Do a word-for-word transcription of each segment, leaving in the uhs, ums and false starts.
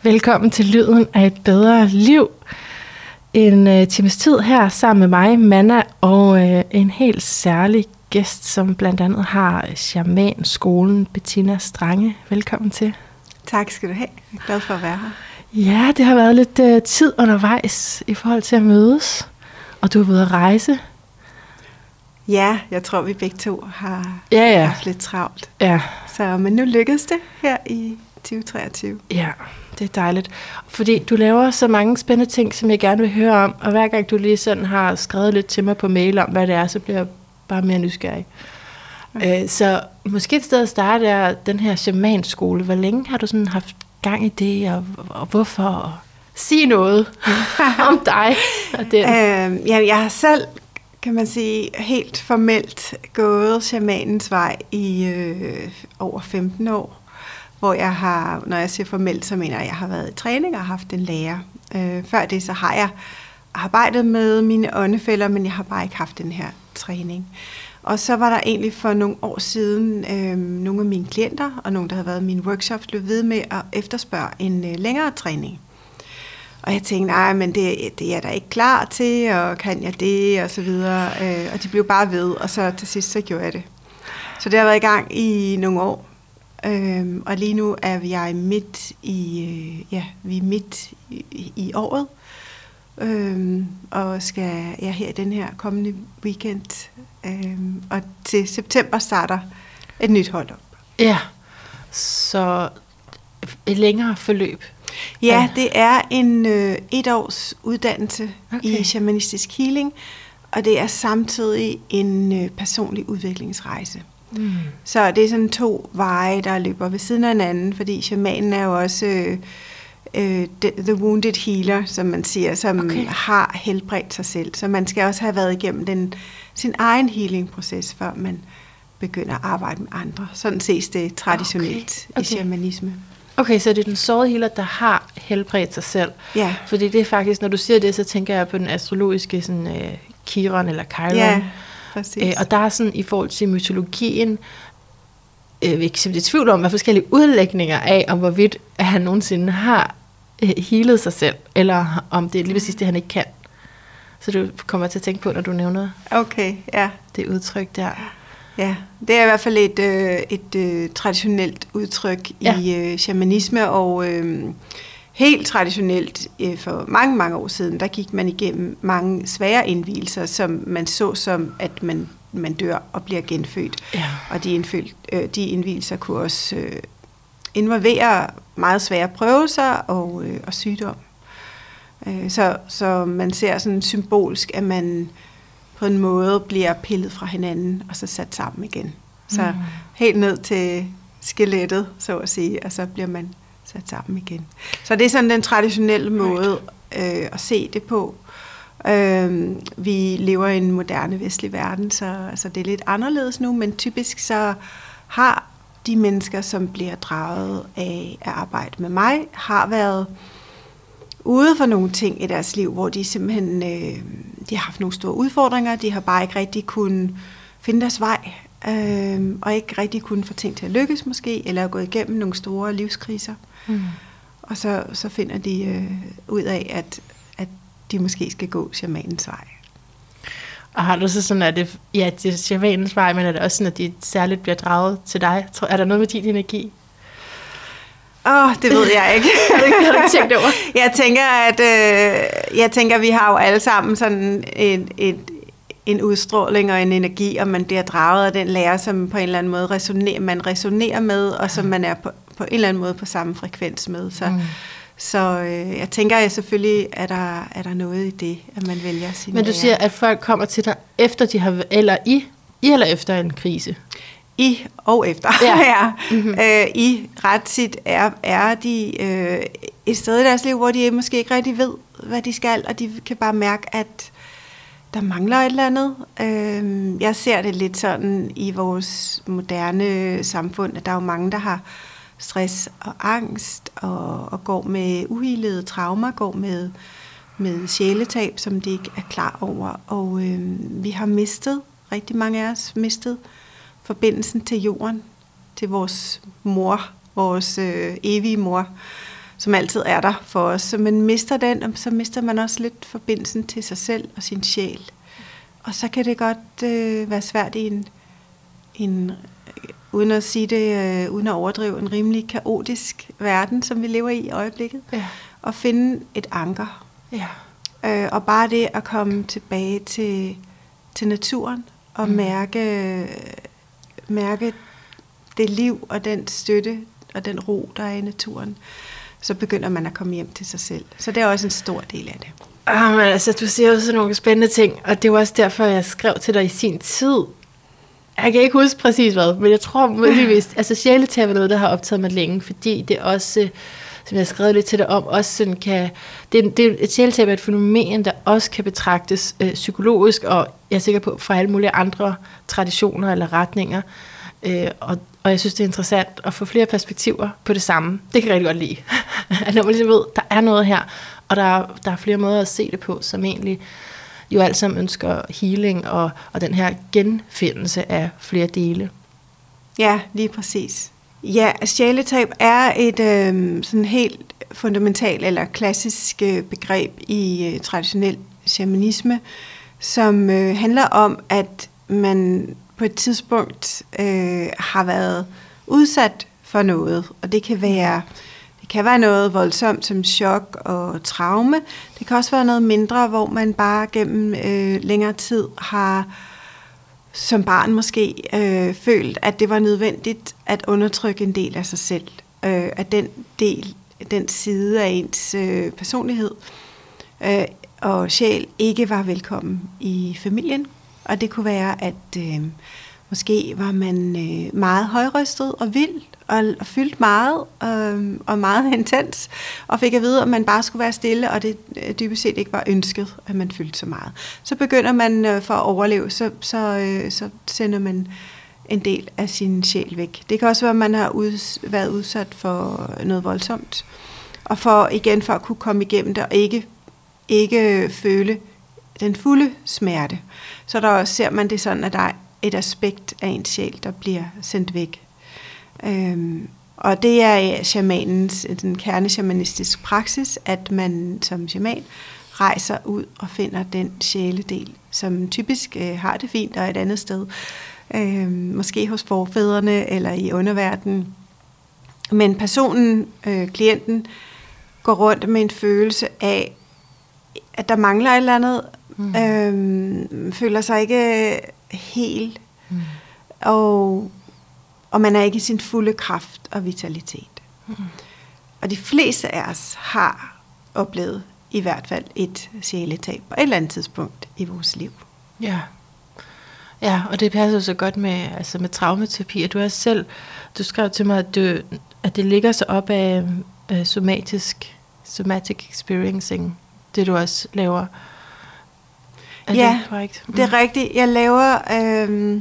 Velkommen til Lyden af et bedre liv. En øh, times tid her sammen med mig, Manna, og øh, en helt særlig gæst, som blandt andet har shamanskolen Bettina Strange. Velkommen til. Tak skal du have. Jeg er glad for at være her. Ja, det har været lidt øh, tid undervejs i forhold til at mødes, og du er ude at rejse. Ja, jeg tror, vi begge to har ja, ja. haft lidt travlt. Ja. Så, men nu lykkedes det her i tyve treogtyve. Ja, det er dejligt. Fordi du laver så mange spændende ting, som jeg gerne vil høre om, og hver gang du lige sådan har skrevet lidt til mig på mail om, hvad det er, så bliver jeg bare mere nysgerrig. Okay. Øh, så måske et sted at starte er den her shamanskole. Hvor længe har du sådan haft gang i det, og, og hvorfor? Og sig noget om dig og den. Øh, ja, jeg har selv, kan man sige, helt formelt gået shamanens vej i øh, over femten år. Hvor jeg har, når jeg siger formelt, så mener jeg, at jeg har været i træning og haft en lærer. Øh, før det, så har jeg arbejdet med mine åndefæller, men jeg har bare ikke haft den her træning. Og så var der egentlig for nogle år siden øh, nogle af mine klienter, og nogle, der havde været i mine workshops, blev ved med at efterspørge en øh, længere træning. Og jeg tænkte, nej, men det, det er jeg da ikke klar til, og kan jeg det, og så videre. Øh, og de blev bare ved, og så til sidst, så gjorde jeg det. Så det har været i gang i nogle år. Øhm, og lige nu er jeg midt i, øh, ja, vi er midt i, i året, øhm, og skal ja, her i den her kommende weekend, øhm, og til september starter et nyt hold op. Ja, så et længere forløb. Ja, det er en øh, et års uddannelse okay. i shamanistisk healing, og det er samtidig en øh, personlig udviklingsrejse. Mm. Så det er sådan to veje, der løber ved siden af hinanden, fordi shamanen er jo også øh, øh, the wounded healer, som man siger, som okay. har helbredt sig selv. Så man skal også have været igennem den, sin egen healing-proces, før man begynder at arbejde med andre. Sådan ses det traditionelt okay. Okay. i shamanisme. Okay, så det er den sårede healer, der har helbredt sig selv. Ja. Fordi det er faktisk, når du siger det, så tænker jeg på den astrologiske sådan, øh, Chiron eller Chiron. Ja. Æ, og der er sådan i forhold til mytologien, øh, vi er simpelthen i tvivl om, hvad forskellige udlægninger af, om hvorvidt at han nogensinde har øh, healet sig selv, eller om det er lige præcis det, han ikke kan. Så du kommer til at tænke på, når du nævner okay, ja. det udtryk der. Ja, det er i hvert fald et, øh, et øh, traditionelt udtryk ja. i øh, shamanisme, og øh, helt traditionelt, øh, for mange, mange år siden, der gik man igennem mange svære indvielser, som man så som, at man, man dør og bliver genfødt. Ja. Og de, indføl, øh, de indvielser kunne også øh, involvere meget svære prøvelser og, øh, og sygdom. Øh, så, så man ser sådan symbolsk, at man på en måde bliver pillet fra hinanden og så sat sammen igen. Så mm. helt ned til skelettet, så at sige, og så bliver man sat sammen igen. Så det er sådan den traditionelle måde øh, at se det på. Øh, vi lever i en moderne vestlig verden, så, så det er lidt anderledes nu, men typisk så har de mennesker, som bliver draget af at arbejde med mig, har været ude for nogle ting i deres liv, hvor de simpelthen øh, de har haft nogle store udfordringer, de har bare ikke rigtig kunnet finde deres vej, øh, og ikke rigtig kunnet få ting til at lykkes måske, eller gå igennem nogle store livskriser. Mm. Og så, så finder de øh, ud af, at, at de måske skal gå shamanens vej. Og har du så sådan, at det, ja, det er shamanens vej, men er det også sådan, at de særligt bliver draget til dig? Er der noget med din energi? Åh, oh, det ved jeg ikke. Har du ikke tænkt over? Jeg tænker, at øh, jeg tænker, at vi har jo alle sammen sådan en, et, en udstråling og en energi, og man bliver draget af den lærer, som på en eller anden måde resonerer, man resonerer med, og som man er på, på en eller anden måde på samme frekvens med. Så, mm. så øh, jeg tænker, at selvfølgelig er der, er der noget i det, at man vælger sin Men du lærer. siger, at folk kommer til dig efter de har, eller i, i eller efter en krise? I og efter. Ja. ja. Mm-hmm. Øh, I ret tit er, er de øh, et sted i deres liv, hvor de måske ikke rigtig ved, hvad de skal, og de kan bare mærke, at der mangler et eller andet. Øh, jeg ser det lidt sådan i vores moderne samfund, at der er jo mange, der har stress og angst, og, og går med uhilede traumer, går med, med sjæletab, som de ikke er klar over. Og øh, vi har mistet, rigtig mange af os mistet, forbindelsen til jorden, til vores mor, vores øh, evige mor, som altid er der for os. Så man mister den, og så mister man også lidt forbindelsen til sig selv og sin sjæl. Og så kan det godt øh, være svært i en, en, uden at sige det, øh, uden at overdrive, en rimelig kaotisk verden, som vi lever i i øjeblikket, ja. At finde et anker. Ja. Øh, og bare det at komme tilbage til, til naturen og mm. mærke, mærke det liv og den støtte og den ro, der er i naturen, så begynder man at komme hjem til sig selv. Så det er også en stor del af det. Ah, men altså, du siger jo sådan nogle spændende ting, og det var også derfor, jeg skrev til dig i sin tid. Jeg kan ikke huske præcis hvad, men jeg tror muligvis, altså sjæletab er noget, der har optaget mig længe, fordi det også, som jeg har skrevet lidt til dig om, også sådan kan, det, det, et sjæletab er et fænomen, der også kan betragtes øh, psykologisk, og jeg er sikker på, fra alle mulige andre traditioner eller retninger, øh, og, og jeg synes, det er interessant at få flere perspektiver på det samme. Det kan jeg rigtig godt lide. Når man ligesom ved, der er noget her, og der er, der er flere måder at se det på, som egentlig jo alt sammen ønsker healing og, og den her genfindelse af flere dele. Ja, lige præcis. Ja, sjæletab er et øh, sådan helt fundamentalt eller klassisk øh, begreb i øh, traditionel shamanisme, som øh, handler om, at man på et tidspunkt øh, har været udsat for noget, og det kan være Det kan være noget voldsomt som chok og traume. Det kan også være noget mindre, hvor man bare gennem øh, længere tid har som barn måske øh, følt, at det var nødvendigt at undertrykke en del af sig selv. Øh, at den del, den side af ens øh, personlighed øh, og sjæl ikke var velkommen i familien. Og det kunne være, at øh, måske var man øh, meget højrøstet og vild, og, og fyldt meget, øh, og meget intens, og fik at vide, at man bare skulle være stille, og det øh, dybest set ikke var ønsket, at man fyldte så meget. Så begynder man øh, for at overleve, så, så, øh, så sender man en del af sin sjæl væk. Det kan også være, at man har ud, været udsat for noget voldsomt, og for igen for at kunne komme igennem det, og ikke, ikke føle den fulde smerte. Så der ser man det sådan, at der er et aspekt af en sjæl, der bliver sendt væk. Øhm, og det er shamanens en kerneshamanistisk praksis, at man som shaman rejser ud og finder den sjæledel, som typisk øh, har det fint og er et andet sted. Øhm, måske hos forfædrene eller i underverdenen. Men personen, øh, klienten, går rundt med en følelse af, at der mangler et eller andet, mm. øhm, føler sig ikke helt, mm. og, og man er ikke i sin fulde kraft og vitalitet. Mm. Og de fleste af os har oplevet i hvert fald et sjæletab på et eller andet tidspunkt i vores liv. Ja, ja, og det passer så godt med, altså med traumaterapi, og du har selv, du skrev til mig, at, du, at det ligger så op af uh, somatisk, somatic experiencing, det du også laver. Er ja, det korrekt? Mm. det er rigtigt. Jeg laver, øh,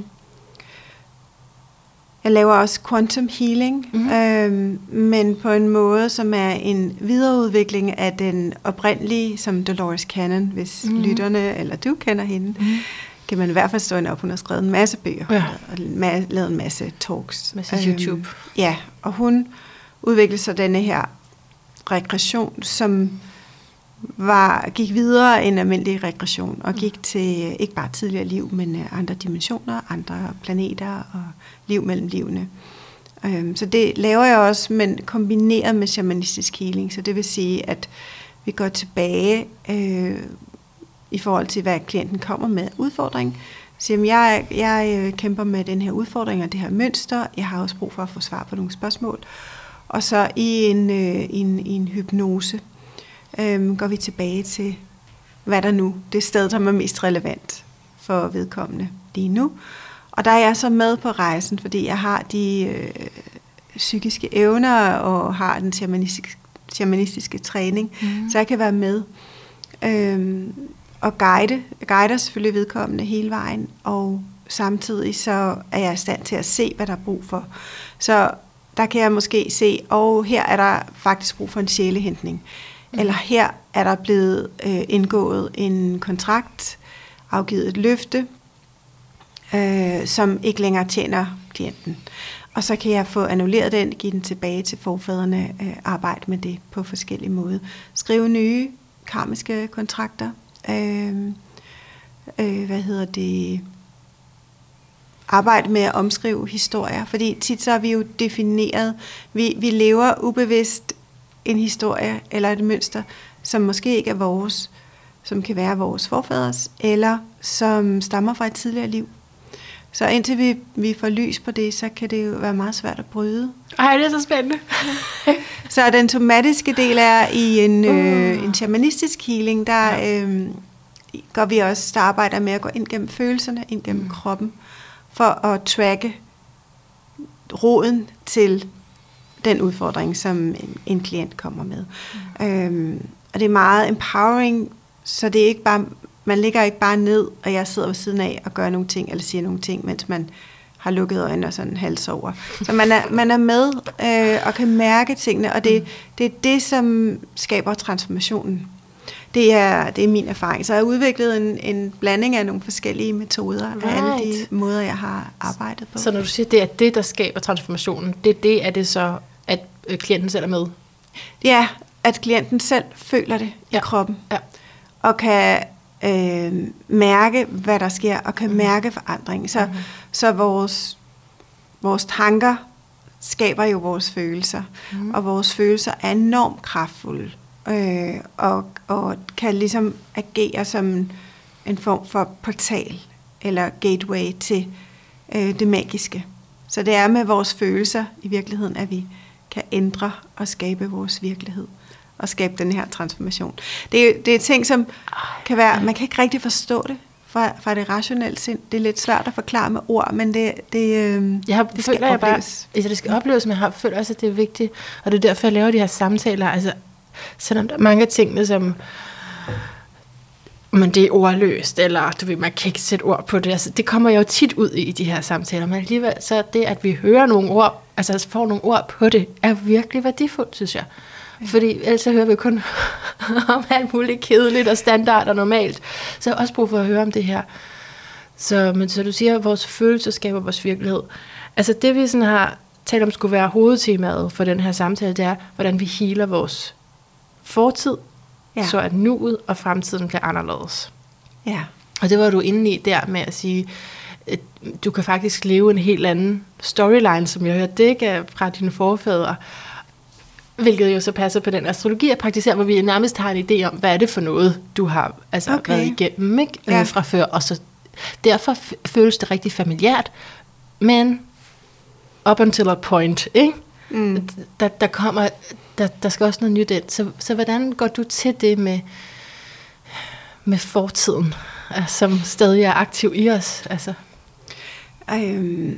jeg laver også quantum healing, mm. øh, men på en måde, som er en videreudvikling af den oprindelige, som Dolores Cannon, hvis mm. lytterne, eller du kender hende, mm. kan man i hvert fald stå hende op. Hun har skrevet en masse bøger, ja. og ma- lavet en masse talks. Masse øh, YouTube. Ja, og hun udviklede så denne her regression, som var, gik videre end almindelig regression, og gik til ikke bare tidligere liv, men andre dimensioner, andre planeter og liv mellem livene. Um, så det laver jeg også, men kombineret med shamanistisk healing, så det vil sige, at vi går tilbage øh, i forhold til, hvad klienten kommer med udfordring. Så jeg, jeg kæmper med den her udfordring og det her mønster. Jeg har også brug for at få svar på nogle spørgsmål. Og så i en, øh, en, i en hypnose øhm, går vi tilbage til, hvad der nu, det sted, der er mest relevant for vedkommende lige nu. Og der er jeg så med på rejsen, fordi jeg har de øh, psykiske evner og har den shamanistiske, shamanistiske træning, mm. så jeg kan være med øhm, og guide. Jeg guider selvfølgelig vedkommende hele vejen, og samtidig så er jeg i stand til at se, hvad der er brug for. Så der kan jeg måske se, og her er der faktisk brug for en sjælehentning. Mm. Eller her er der blevet øh, indgået en kontrakt, afgivet et løfte, øh, som ikke længere tjener klienten. og så kan jeg få annulleret den, give den tilbage til forfædrene, øh, arbejde med det på forskellige måder. Skrive nye karmiske kontrakter. Øh, øh, hvad hedder det? Arbejde med at omskrive historier, fordi tit så er vi jo defineret, vi, vi lever ubevidst en historie eller et mønster, som måske ikke er vores, som kan være vores forfædres, eller som stammer fra et tidligere liv. Så indtil vi, vi får lys på det, så kan det jo være meget svært at bryde. Ej, det er så spændende. Så den somatiske del er i en, øh, en shamanistisk healing, der øh, går vi også, der arbejder med at gå ind gennem følelserne, ind gennem mm. kroppen, for at tracke roden til den udfordring, som en, en klient kommer med. Mm. Øhm, og det er meget empowering, så det er ikke bare, man ligger ikke bare ned, og jeg sidder ved siden af og gør nogle ting, eller siger nogle ting, mens man har lukket øjnene og sådan hals over. Så man er, man er med øh, og kan mærke tingene, og det, mm. det er det, som skaber transformationen. Det er, det er min erfaring. Så jeg har udviklet en, en blanding af nogle forskellige metoder, right. af alle de måder, jeg har arbejdet på. Så når du siger, det er det, der skaber transformationen, det er det, er det så, at klienten selv er med? Det er, at klienten selv føler det ja. i kroppen, ja. og kan øh, mærke, hvad der sker, og kan mm. mærke forandring. Så, mm. så vores, vores tanker skaber jo vores følelser, mm. og vores følelser er enormt kraftfulde. Øh, og, og kan ligesom agere som en form for portal eller gateway til øh, det magiske. Så det er med vores følelser i virkeligheden, at vi kan ændre og skabe vores virkelighed og skabe den her transformation. Det er, det er ting, som kan være, man kan ikke rigtig forstå det fra, fra det rationelle sind. Det er lidt svært at forklare med ord, men det, det, øh, jeg har, det skal føler, opleves. Jeg bare, det skal opleves, men jeg har, føler også, at det er vigtigt, og det er derfor, jeg laver de her samtaler. Altså, selvom der er mange af tingene, som men det er ordløst, eller du ved, man kan ikke sætte ord på det. Altså, det kommer jo tit ud i de her samtaler, men alligevel så det, at vi hører nogle ord, altså får nogle ord på det, er virkelig værdifuldt, synes jeg. Ja. Fordi ellers så hører vi kun om alt muligt kedeligt og standard og normalt. Så jeg har også brug for at høre om det her. Så, men så du siger, at vores følelser skaber vores virkelighed. Altså det vi sådan har talt om skulle være hovedtemaet for den her samtale, det er, hvordan vi healer vores fortid, ja. Så at nuet og fremtiden bliver anderledes. Ja. Og det var du inde i der med at sige, at du kan faktisk leve en helt anden storyline, som jeg hørte det ikke fra dine forfædre, hvilket jo så passer på den astrologi, jeg praktiserer, hvor vi nærmest har en idé om, hvad er det for noget, du har altså, okay. været igennem ikke? Ja. Øh, fra før. Og så derfor f- føles det rigtig familiært, men up until a point, ikke? Mm. Der, der kommer, der, der skal også noget nyt ind. Så, så hvordan går du til det med, med fortiden, altså, som stadig er aktiv i os? Altså. Øhm,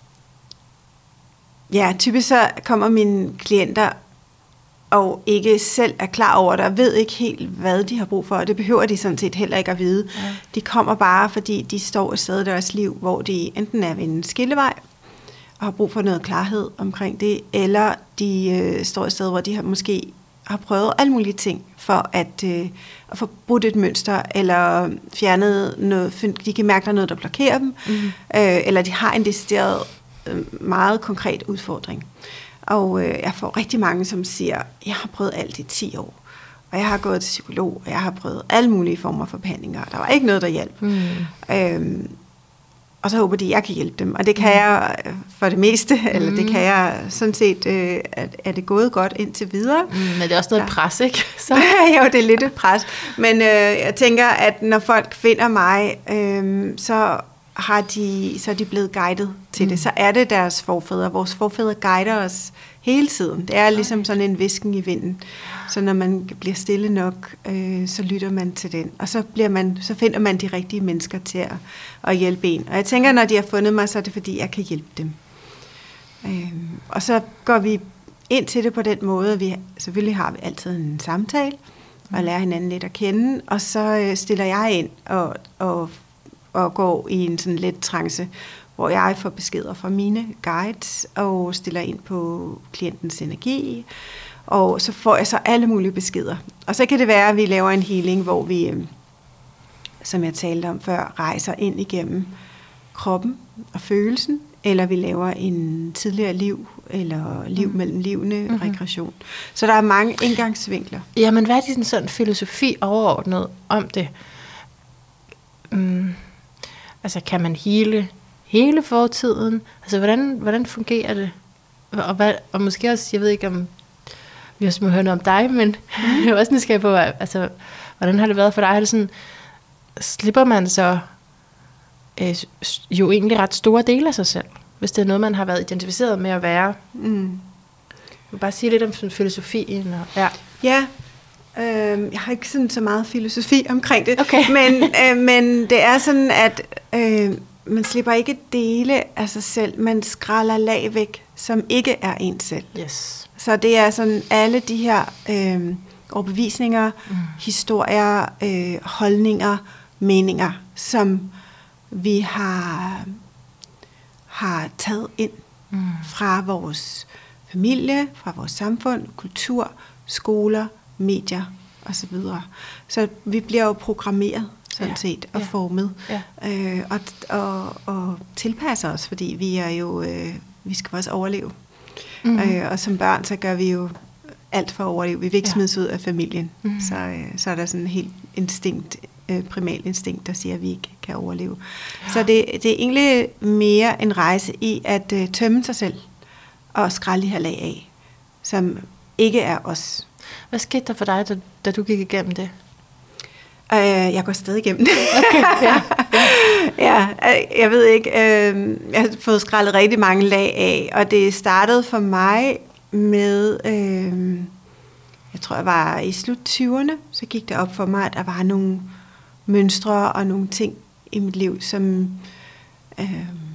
ja, typisk så kommer mine klienter og ikke selv er klar over det, og ved ikke helt, hvad de har brug for, og det behøver de sådan set heller ikke at vide. Ja. De kommer bare, fordi de står et sted i deres liv, hvor de enten er ved en skillevej, og har brug for noget klarhed omkring det, eller de øh, står et sted, hvor de har, måske har prøvet alle mulige ting, for at, øh, at få brudt et mønster, eller fjernet noget, de kan mærke, der er noget, der blokerer dem, mm. øh, eller de har en decideret øh, meget konkret udfordring. Og øh, jeg får rigtig mange, som siger, jeg har prøvet alt i ti år, og jeg har gået til psykolog, og jeg har prøvet alle mulige former for behandlinger, og der var ikke noget, der hjalp. Mm. Øhm, og så håber de, at jeg kan hjælpe dem, og det kan mm. jeg for det meste, mm. eller det kan jeg sådan set, øh, at, er det gået godt indtil videre. Mm, men det er også noget ja. pres, ikke? Så. Jo, det er lidt et pres, men øh, jeg tænker, at når folk finder mig, øh, så har de, så er de blevet guidet til mm. det. Så er det deres forfædre. Vores forfædre guider os hele tiden. Det er ligesom sådan en hvisken i vinden. Så når man bliver stille nok, øh, så lytter man til den. Og så, bliver man, så finder man de rigtige mennesker til at, at hjælpe en. Og jeg tænker, når de har fundet mig, så er det fordi, jeg kan hjælpe dem. Øh, og så går vi ind til det på den måde. Vi, selvfølgelig har vi altid en samtale, og lærer hinanden lidt at kende. Og så øh, stiller jeg ind og, og og går i en sådan let trance, hvor jeg får beskeder fra mine guides, og stiller ind på klientens energi, og så får jeg så alle mulige beskeder. Og så kan det være, at vi laver en healing, hvor vi, som jeg talte om før, rejser ind igennem kroppen og følelsen, eller vi laver en tidligere liv, eller liv mm. mellem livene, mm-hmm. regression. Så der er mange indgangsvinkler. Ja, men hvad er din sådan filosofi overordnet om det? Mm. Altså, kan man hele, hele fortiden? Altså, hvordan, hvordan fungerer det? Og, hvad, og måske også, jeg ved ikke om, vi også må høre noget om dig, men mm. jeg er også nysgerrig på, altså, hvordan har det været for dig? Er det sådan, slipper man så øh, jo egentlig ret store dele af sig selv, hvis det er noget, man har været identificeret med at være? Mm. Jeg vil bare sige lidt om sådan filosofien. Og, ja, ja øh, jeg har ikke sådan så meget filosofi omkring det, okay. men, øh, men det er sådan, at øh, man slipper ikke dele af sig selv, man skræller lag væk, som ikke er en selv. Yes. Så det er sådan alle de her øh, overbevisninger, mm. historier, øh, holdninger, meninger, som vi har, har taget ind mm. fra vores familie, fra vores samfund, kultur, skoler, medier osv. Så vi bliver jo programmeret sådan ja. set og ja. formet ja. Øh, og, og, og tilpasser os, fordi vi er jo øh, vi skal også overleve. Mm. Øh, og som børn, så gør vi jo alt for at overleve. Vi vil ikke ja. smides ud af familien. Mm. Så, øh, så er der sådan en helt instinkt, øh, primal instinkt, der siger, at vi ikke kan overleve. Ja. Så det, det er egentlig mere en rejse i at øh, tømme sig selv og skrælle de her lag af, som ikke er os. Hvad skete der for dig, da, da du gik igennem det? Øh, jeg går stadig igennem det. Okay, ja. ja, jeg ved ikke. Øh, jeg har fået skrællet rigtig mange lag af, og det startede for mig med, øh, jeg tror jeg var i slut tyverne, så gik det op for mig, at der var nogle mønstre og nogle ting i mit liv, som øh,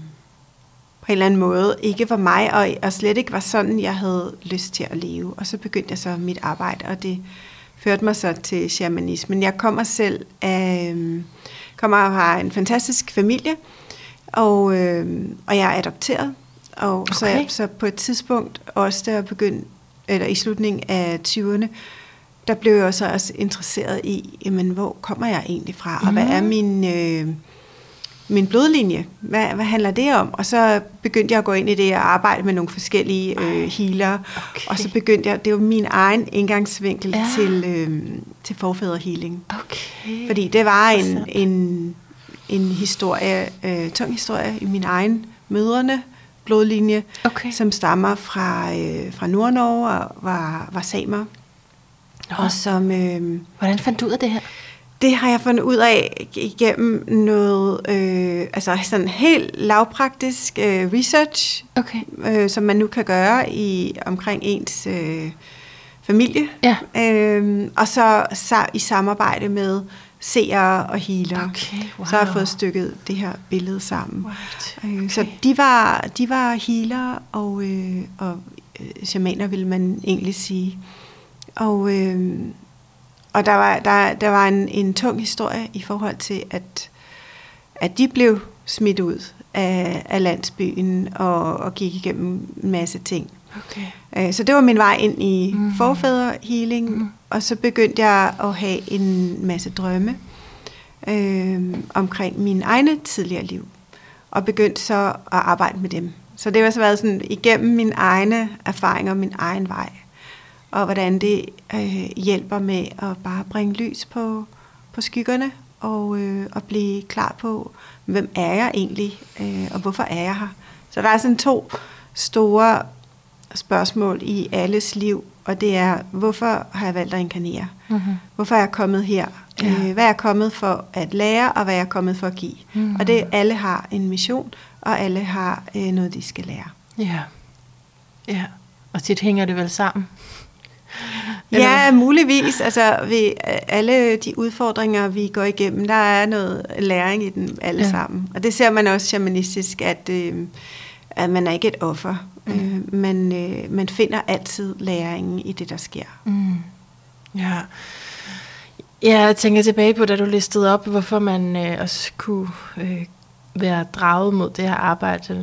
på en eller anden måde ikke var mig, og, og slet ikke var sådan, jeg havde lyst til at leve. Og så begyndte jeg så mit arbejde, og det førte mig så til shamanismen. Jeg kommer selv af, øh, kommer fra en fantastisk familie, og, øh, og jeg er adopteret. Og okay. så, jeg, så på et tidspunkt, også da jeg begyndte, eller i slutningen af tyverne, der blev jeg også, også interesseret i, jamen, hvor kommer jeg egentlig fra, og mm. hvad er min, øh, min blodlinje? Hvad, hvad handler det om? Og så begyndte jeg at gå ind i det og arbejde med nogle forskellige øh, healere, okay. og så begyndte jeg, det var min egen indgangsvinkel ja. til, øh, til forfædrehealing. Okay. Fordi det var en, en, en historie, øh, tung historie i min egen mødrene, blodlinje, okay. som stammer fra, øh, fra Nord-Norge og var, var samer. Og som, øh, hvordan fandt du ud af det her? Det har jeg fundet ud af igennem noget, øh, altså sådan helt lavpraktisk øh, research, okay. øh, som man nu kan gøre i omkring ens øh, familie. Ja. Øh, og så, så i samarbejde med seere og healer. Okay, wow. Så har jeg fået stykket det her billede sammen. Okay. Så de var, de var healer og, øh, og øh, shamaner, vil man egentlig sige. Og, øh, og der var, der, der var en, en tung historie i forhold til, at, at de blev smidt ud af, af landsbyen og, og gik igennem en masse ting. Okay. Øh, så det var min vej ind i mm. forfædrehealing, mm. og så begyndte jeg at have en masse drømme øh, omkring mine egne tidligere liv, og begyndte så at arbejde med dem. Så det var så været sådan igennem mine egne erfaringer, min egen vej, og hvordan det øh, hjælper med at bare bringe lys på, på skyggerne, og, øh, og blive klar på, hvem er jeg egentlig, øh, og hvorfor er jeg her. Så der er sådan to store spørgsmål i alles liv, og det er, hvorfor har jeg valgt at inkarnere? Mm-hmm. Hvorfor er jeg kommet her? Ja. Øh, hvad er jeg kommet for at lære, og hvad er jeg kommet for at give? Mm-hmm. Og det alle har en mission, og alle har øh, noget, de skal lære. Ja, ja. Og tit hænger det vel sammen? Ja, muligvis. Altså, vi, alle de udfordringer, vi går igennem, der er noget læring i dem alle ja. sammen. Og det ser man også shamanistisk, at, øh, at man er ikke et offer. Mm. Øh, man, øh, man finder altid læringen i det, der sker. Mm. Ja. Ja, jeg tænker tilbage på, da du listede op, hvorfor man øh, også kunne øh, være draget mod det her arbejde.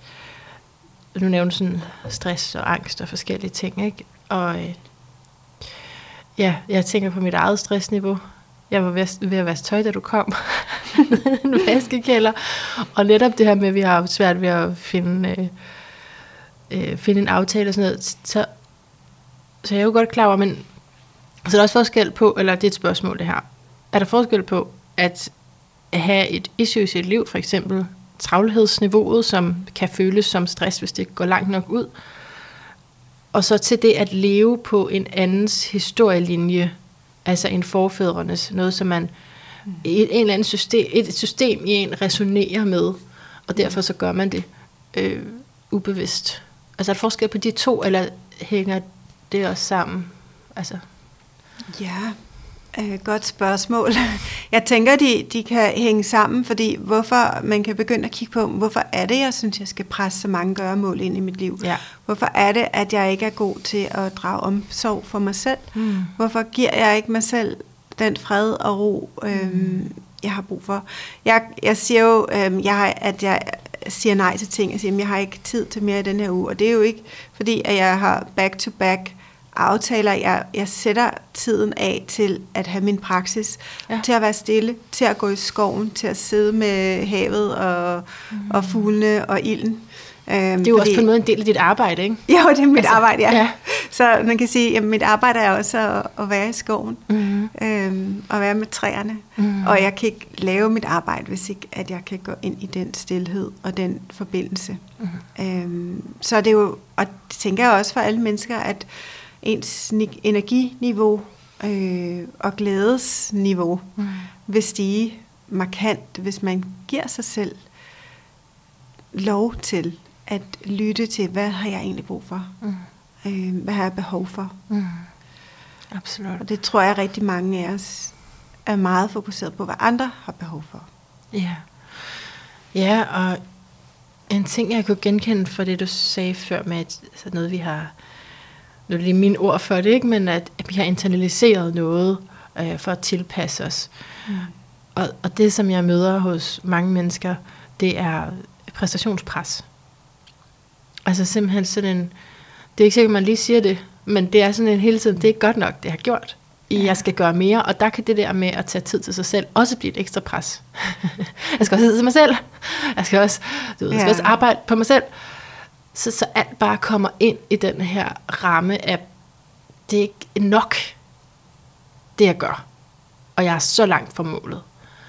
Du nævnte sådan stress og angst og forskellige ting, ikke? Og øh, ja, jeg tænker på mit eget stressniveau. Jeg var ved, ved at vaske tøj, da du kom. en vaskekælder. Og netop det her med, at vi har svært ved at finde, øh, øh, finde en aftale og sådan noget, så, så jeg er jo godt klar over, men så er der også forskel på, eller det er et spørgsmål det her, er der forskel på at have et issue i sit liv, for eksempel travlhedsniveauet, som kan føles som stress, hvis det går langt nok ud, og så til det at leve på en andens historielinje, altså en forfædrenes, noget som man mm. et, en eller anden system, et system i en resonerer med, og derfor så gør man det øh, ubevidst. Altså er der forskel på de to, eller hænger det også sammen? Altså. Ja, øh, godt spørgsmål. Jeg tænker, de, de kan hænge sammen, fordi hvorfor man kan begynde at kigge på, hvorfor er det, jeg synes, jeg skal presse så mange gøremål ind i mit liv? Ja. Hvorfor er det, at jeg ikke er god til at drage omsorg for mig selv? Mm. Hvorfor giver jeg ikke mig selv den fred og ro, øhm, mm. jeg har brug for? Jeg, jeg siger jo, øhm, jeg har, at jeg siger nej til ting. Jeg siger, jeg har ikke tid til mere i den her uge, og det er jo ikke, fordi at jeg har back-to-back aftaler, jeg, jeg sætter tiden af til at have min praksis, ja. Til at være stille, til at gå i skoven, til at sidde med havet og, mm. og fuglene og ilden. Øhm, det er jo fordi, også på en måde en del af dit arbejde, ikke? Jo, det er mit altså, arbejde, ja. ja. Så man kan sige, at mit arbejde er også at, at være i skoven, mm. øhm, og være med træerne. Mm. Og jeg kan ikke lave mit arbejde, hvis ikke at jeg kan gå ind i den stilhed og den forbindelse. Mm. Øhm, så det er jo, og det tænker jeg også for alle mennesker, at ens energiniveau øh, og glædesniveau mm. vil stige markant, hvis man giver sig selv lov til at lytte til, hvad har jeg egentlig brug for? Mm. Øh, hvad har jeg behov for? Mm. Absolut. Og det tror jeg rigtig mange af os er meget fokuseret på, hvad andre har behov for. Ja. Ja, og en ting, jeg kunne genkende for det, du sagde før med, at altså noget, vi har, nu er det lige mine ord for det, ikke? Men at, at vi har internaliseret noget øh, for at tilpasse os. Mm. Og, og det, som jeg møder hos mange mennesker, det er præstationspres. Altså simpelthen sådan en, det er ikke sikkert, at man lige siger det, men det er sådan en hele tiden, det er ikke godt nok, det jeg har gjort. Ja. Jeg skal gøre mere, og der kan det der med at tage tid til sig selv også blive et ekstra pres. Jeg skal også tid til mig selv. Jeg skal også, du ved, jeg skal ja. også arbejde på mig selv. Så, så alt bare kommer ind i den her ramme af, det er ikke nok, det jeg gør. Og jeg er så langt fra målet.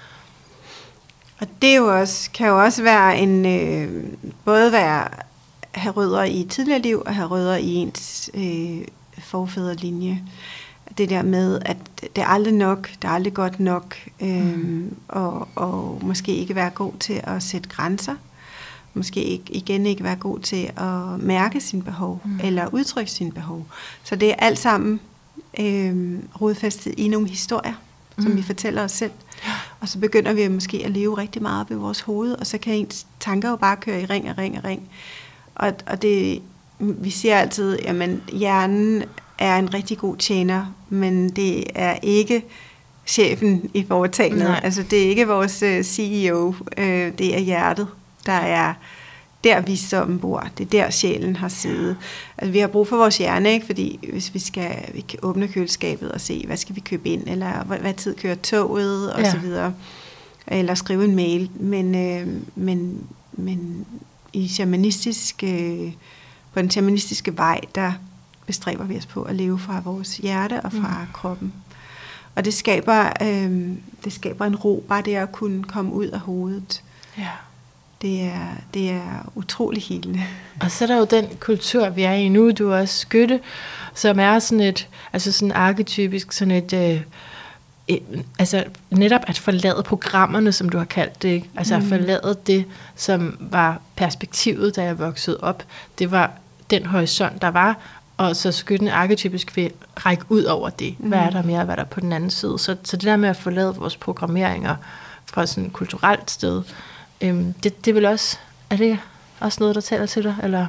Og det er jo også, kan jo også være en, øh, både være have rødder i tidligere liv, og have rødder i ens øh, forfædrelinje. Det der med, at det er aldrig nok, det er aldrig godt nok, øh, mm. og, og måske ikke være god til at sætte grænser. Måske ikke, igen ikke være god til at mærke sine behov, mm. eller udtrykke sine behov. Så det er alt sammen øh, rodfæstet i nogle historier, mm. som vi fortæller os selv. Og så begynder vi måske at leve rigtig meget op i vores hoved, og så kan ens tanker jo bare køre i ring og ring og ring. Og, og det, vi siger altid, jamen hjernen er en rigtig god tjener, men det er ikke chefen i foretagendet. Nej. Altså det er ikke vores uh, C E O, uh, det er hjertet, der er der visdommen bor. Det er der sjælen har siddet. Altså, vi har brug for vores hjerne, ikke? Fordi hvis vi skal vi kan åbne køleskabet og se, hvad skal vi købe ind, eller hvad, hvad tid kører toget, og ja. så videre. Eller skrive en mail. Men, øh, men, men i shamanistisk, øh, på den shamanistiske vej, der bestræber vi os på at leve fra vores hjerte og fra mm. kroppen. Og det skaber, øh, det skaber en ro, bare det at kunne komme ud af hovedet. Ja. Det er, det er utrolig helende. Og så er der jo den kultur, vi er i nu, du er også skytte, som er sådan et, altså sådan arketypisk, sådan et, øh, et, altså netop at forlade programmerne, som du har kaldt det, ikke? Altså mm. at forlade det, som var perspektivet, da jeg voksede op. Det var den horisont, der var, og så skytten arketypisk vil række ud over det. Hvad er der mere, hvad der er på den anden side? Så, så det der med at forlade vores programmeringer fra sådan et kulturelt sted, Øhm, det, det vil også, er det også noget, der taler til dig? Eller?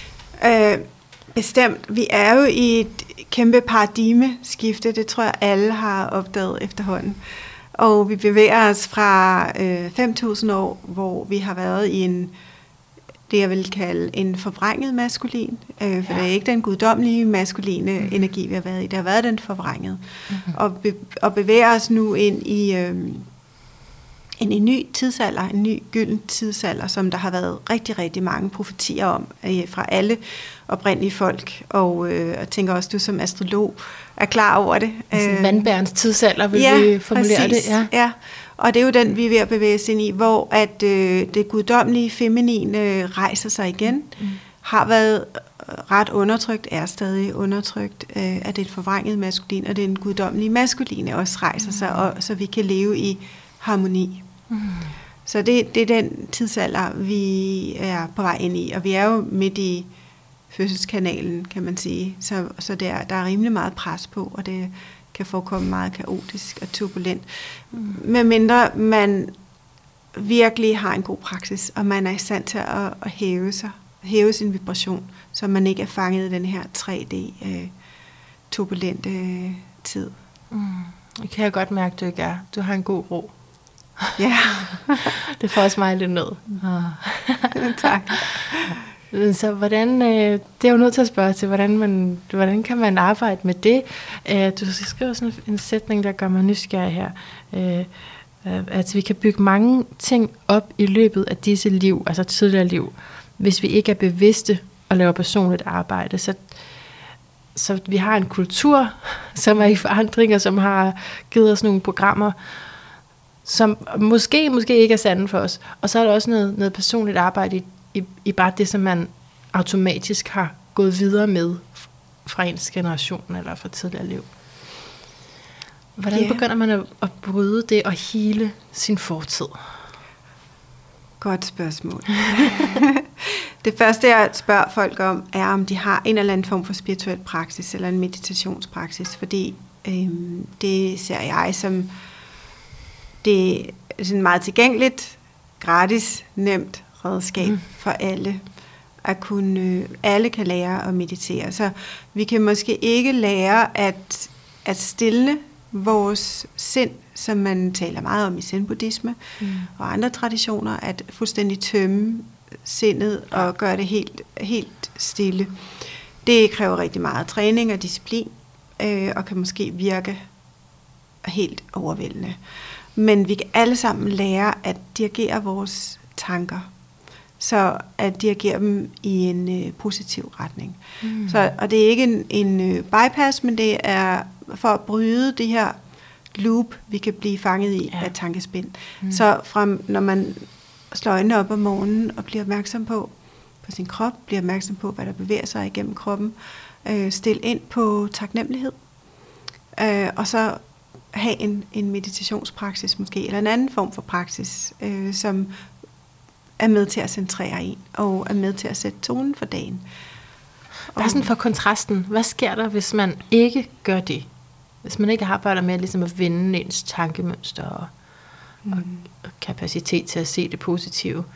Øh, bestemt. Vi er jo i et kæmpe paradigmeskifte, det tror jeg alle har opdaget efterhånden. Og vi bevæger os fra øh, fem tusind år, hvor vi har været i en, det jeg vil kalde en forvrænget maskulin, øh, for ja. det er ikke den guddommelige maskuline mm. energi, vi har været i, det har været den forvrængede. Mm-hmm. Og, be, og bevæger os nu ind i... Øh, en, en ny tidsalder, en ny gylden tidsalder, som der har været rigtig, rigtig mange profetier om øh, fra alle oprindelige folk. Og øh, jeg tænker også, du som astrolog er klar over det. Altså vandbærens tidsalder, vil ja, vi formulere præcis. det? Ja, ja. Og det er jo den, vi er ved at bevæge os ind i, hvor at øh, det guddommelige feminine øh, rejser sig igen, mm. har været ret undertrykt, er stadig undertrykt, øh, at det er et forvrænget maskulin, og det er en guddommelige maskuline også rejser mm. sig, og, så vi kan leve i harmoni. Mm. Så det, det er den tidsalder, vi er på vej ind i, og vi er jo midt i fødselskanalen, kan man sige, så, så der, der er rimelig meget pres på, og det kan forekomme meget kaotisk og turbulent. Mm. Medmindre man virkelig har en god praksis, og man er i stand til at, at hæve sig, hæve sin vibration, så man ikke er fanget i den her tre D øh, turbulente øh, tid. Mm. Det kan jeg godt mærke, du ikke er. Du har en god ro. Ja. Det får også mig lidt ned. Tak. Så hvordan, øh, det er jo nødt til at spørge til, hvordan, man, hvordan kan man arbejde med det? Øh, du skriver sådan en sætning, der gør mig nysgerrig her. Øh, at vi kan bygge mange ting op i løbet af disse liv, altså tidligere liv, hvis vi ikke er bevidste og laver personligt arbejde. Så, så vi har en kultur, som er i forandring, og som har givet os nogle programmer, som måske, måske ikke er sande for os. Og så er der også noget, noget personligt arbejde i, i, i bare det, som man automatisk har gået videre med fra ens generation eller fra tidligere liv. Hvordan yeah. begynder man at, at bryde det og hele sin fortid? Godt spørgsmål. Det første, jeg spørger folk om, er, om de har en eller anden form for spirituel praksis eller en meditationspraksis, fordi øhm, det ser jeg som det er sådan meget tilgængeligt, gratis, nemt redskab mm. for alle. At kunne, alle kan lære at meditere. Så vi kan måske ikke lære at, at stille vores sind, som man taler meget om i zen-buddhisme mm. og andre traditioner, at fuldstændig tømme sindet og gøre det helt, helt stille. Det kræver rigtig meget træning og disciplin, øh, og kan måske virke helt overvældende. Men vi kan alle sammen lære at dirigere vores tanker, så at dirigere dem i en øh, positiv retning. Mm. Så, og det er ikke en, en øh, bypass, men det er for at bryde det her loop, vi kan blive fanget i ja. af tankespind. Mm. Så fra, når man slår øjnene op om morgenen og bliver opmærksom på, på sin krop, bliver opmærksom på, hvad der bevæger sig igennem kroppen, øh, stil ind på taknemmelighed, øh, og så have en, en meditationspraksis måske, eller en anden form for praksis, øh, som er med til at centrere en, og er med til at sætte tonen for dagen. Bare sådan for kontrasten, hvad sker der, hvis man ikke gør det? Hvis man ikke arbejder med ligesom at vende ens tankemønster og, mm. og, og kapacitet til at se det positive?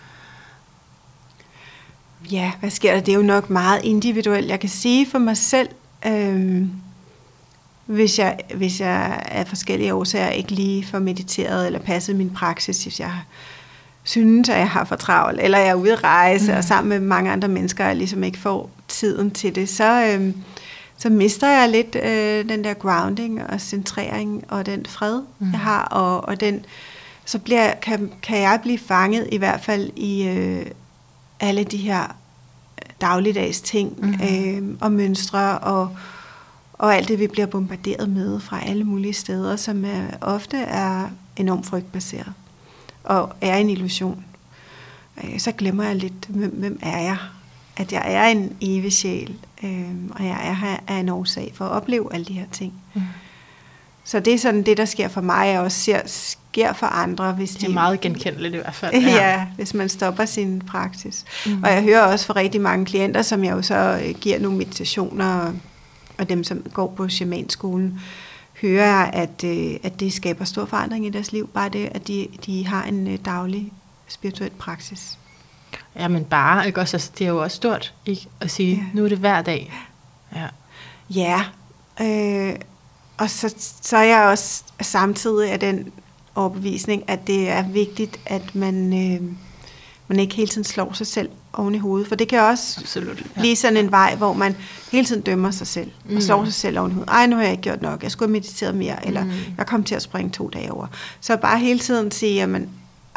Ja, hvad sker der? Det er jo nok meget individuelt. Jeg kan sige for mig selv, øh, hvis, jeg, hvis jeg af forskellige årsager ikke lige får mediteret eller passet min praksis, hvis jeg synes, at jeg har for travlt, eller jeg er ude at rejse, mm. og sammen med mange andre mennesker, jeg ligesom ikke får tiden til det, så, øh, så mister jeg lidt øh, den der grounding og centrering og den fred, mm. jeg har, og, og den, så bliver, kan, kan jeg blive fanget i hvert fald i øh, alle de her dagligdags ting mm. øh, og mønstre og, og alt det, vi bliver bombarderet med fra alle mulige steder, som er, ofte er enormt frygtbaseret og er en illusion. Øh, så glemmer jeg lidt, hvem, hvem er jeg? At jeg er en evig sjæl, øh, og jeg er her af en årsag for at opleve alle de her ting. Mm. Så det er sådan det, der sker for mig, og også ser, sker for andre. Hvis det er de, meget genkendeligt i hvert fald. Ja, ja, hvis man stopper sin praksis. Mm. Og jeg hører også fra rigtig mange klienter, som jeg jo så øh, giver nogle meditationer, og dem, som går på shamanskolen, hører jeg, at, øh, at det skaber stor forandring i deres liv. Bare det, at de, de har en øh, daglig spirituel praksis. Ja, men bare, ikke også? Altså, det er jo også stort, ikke? At sige, ja. Nu er det hver dag. Ja. Ja, øh, og så, så er jeg også samtidig af den overbevisning, at det er vigtigt, at man, øh, man ikke hele tiden slår sig selv oven i hovedet. For det kan også Absolut, ja. blive sådan en vej, hvor man hele tiden dømmer sig selv, mm. og slår sig selv oven i hovedet. Ej, nu har jeg ikke gjort nok, jeg skulle have mediteret mere, eller mm. jeg kom til at springe to dage over. Så bare hele tiden sige, jamen,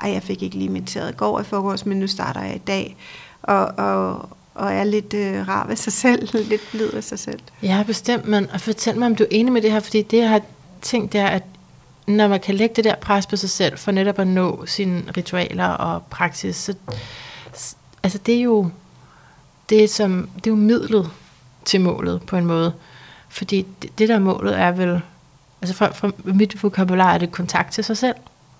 ej, jeg fik ikke lige mediteret i går i forgårs, men nu starter jeg i dag, og, og, og er lidt øh, rar ved sig selv, lidt blid ved sig selv. Ja, bestemt, men og fortæl mig, om du er enig med det her, fordi det, jeg har tænkt, det er, at når man kan lægge det der pres på sig selv, for netop at nå sine ritualer og praksis, så altså det er jo det er, som, det er jo midlet til målet på en måde. Fordi det, det der målet er vel, altså fra, fra mit vokabular er det kontakt til sig selv.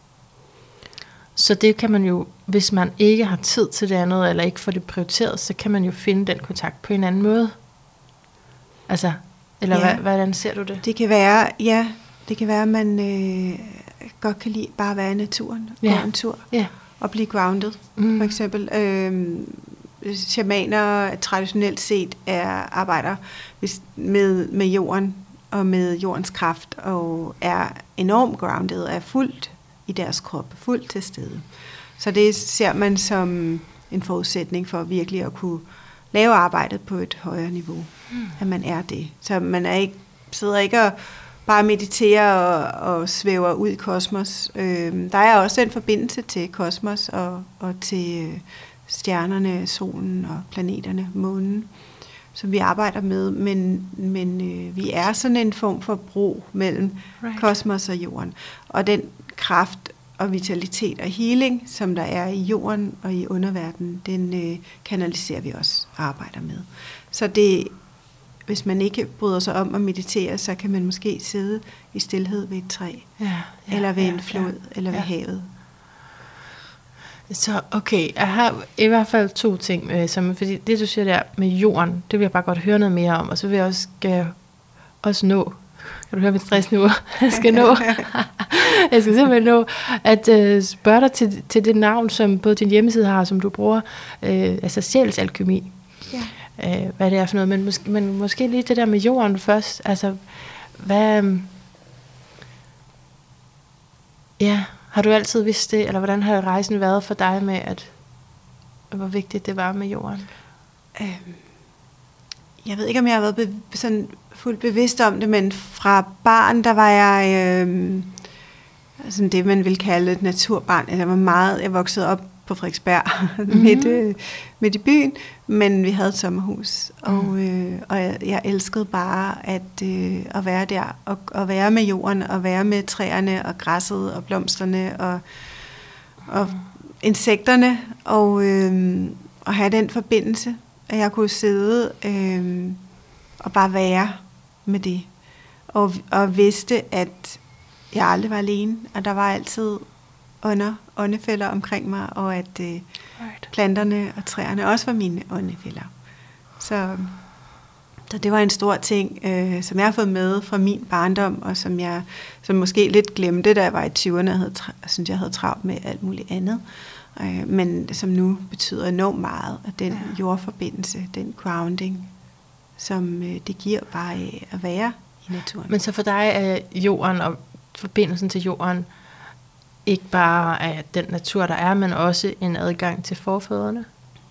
Så det kan man jo, hvis man ikke har tid til det andet, eller ikke får det prioriteret, så kan man jo finde den kontakt på en anden måde. Altså, eller ja. hvad, hvordan ser du det? Det kan være, ja, det kan være, at man øh, godt kan lide bare at være i naturen, ja. gå en tur, ja. og blive grounded, mm. for eksempel. Øh, Shamaner traditionelt set er arbejder med, med jorden og med jordens kraft, og er enormt grounded, er fuldt i deres krop, fuldt til stede. Så det ser man som en forudsætning for virkelig at kunne lave arbejdet på et højere niveau, mm. at man er det. Så man er ikke, sidder ikke og bare mediterer og, og svæver ud i kosmos. Øh, der er også en forbindelse til kosmos og, og til øh, stjernerne, solen og planeterne, månen, som vi arbejder med, men, men øh, vi er sådan en form for bro mellem right. kosmos og jorden. Og den kraft og vitalitet og healing, som der er i jorden og i underverdenen, den øh, kanaliserer vi også og arbejder med. Så det, hvis man ikke bryder sig om at meditere, så kan man måske sidde i stilhed ved et træ, ja, ja, eller ved ja, en flod, ja, eller ved ja. havet. Så okay, jeg har i hvert fald to ting, øh, som, fordi det du siger der med jorden, det vil jeg bare godt høre noget mere om, og så vil jeg også, skal jeg også nå, kan du høre mit stress nu, jeg skal nå, jeg skal simpelthen nå, at øh, spørge dig til, til det navn, som både din hjemmeside har, som du bruger, øh, altså sjælsalkymi, ja. øh, hvad det er for noget, men måske, men måske lige det der med jorden først, altså, hvad, øh, ja, har du altid vidst det, eller hvordan har rejsen været for dig med, at hvor vigtigt det var med jorden? Øhm, jeg ved ikke, om jeg har været be- sådan fuldt bevidst om det, men fra barn, der var jeg øhm, sådan det, man vil kalde et naturbarn. Jeg var meget, jeg voksede op på Frederiksberg, mm-hmm. midt, øh, midt i byen, men vi havde et sommerhus, mm. og, øh, og jeg, jeg elskede bare at, øh, at være der, og, og være med jorden, og være med træerne, og græsset, og blomsterne, og, og mm. insekterne, og, øh, og have den forbindelse, at jeg kunne sidde øh, og bare være med det, og, og vidste, at jeg aldrig var alene, og der var altid ånder, åndefælder omkring mig, og at øh, right. planterne og træerne også var mine åndefælder. Så, så det var en stor ting, øh, som jeg har fået med fra min barndom, og som jeg som måske lidt glemte, da jeg var i tyverne, og havde, tra- synes jeg havde travlt med alt muligt andet, øh, men som nu betyder enormt meget, at den ja. jordforbindelse, den grounding, som øh, det giver bare af at være i naturen. Men så for dig er jorden og forbindelsen til jorden ikke bare af den natur, der er, men også en adgang til forfædrene?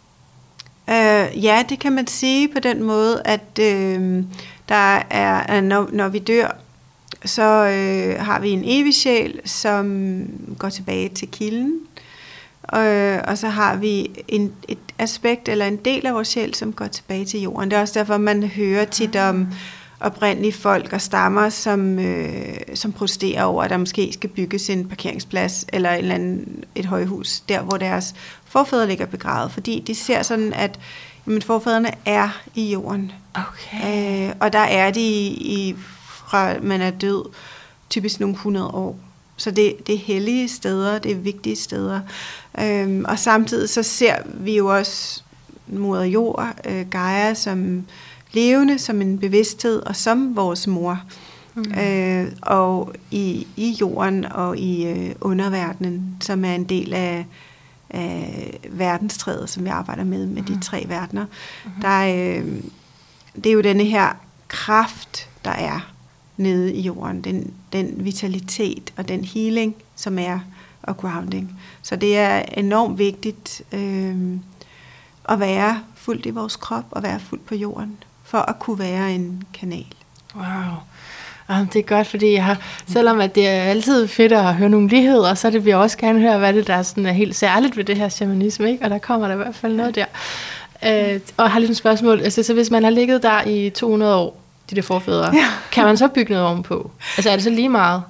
Øh, ja, det kan man sige på den måde, at øh, der er, når, når vi dør, så øh, har vi en evig sjæl, som går tilbage til kilden, øh, og så har vi en, et aspekt eller en del af vores sjæl, som går tilbage til jorden. Det er også derfor, man hører tit om oprindelige folk og stammer, som, øh, som protesterer over, at der måske skal bygges en parkeringsplads eller en eller anden, et højhus, der hvor deres forfædre ligger begravet, fordi de ser sådan, at jamen, forfædrene er i jorden. Okay. Øh, og der er de i, i, fra man er død, typisk nogle hundrede år. Så det, det er hellige steder, det er vigtige steder. Øh, og samtidig så ser vi jo også moder jord, øh, Gaia, som levende, som en bevidsthed, og som vores mor. Mm. Øh, og i, i jorden og i øh, underverdenen, som er en del af, af verdenstræet, som vi arbejder med, med mm. de tre verdener. Mm. Der øh, det er jo denne her kraft, der er nede i jorden. Den, den vitalitet og den healing, som er, og grounding. Så det er enormt vigtigt øh, at være fuldt i vores krop, og være fuldt på jorden, for at kunne være en kanal. Wow. Jamen, det er godt, fordi jeg har, selvom at det er altid fedt at høre nogle ligheder, så det vil jeg også gerne høre, hvad det der er, sådan, er helt særligt ved det her shamanisme, ikke? Og der kommer der i hvert fald noget der. Øh, og jeg har lidt et spørgsmål. Altså, så hvis man har ligget der i to hundrede år, de der forfædre, ja. Kan man så bygge noget ovenpå? Altså, er det så lige meget?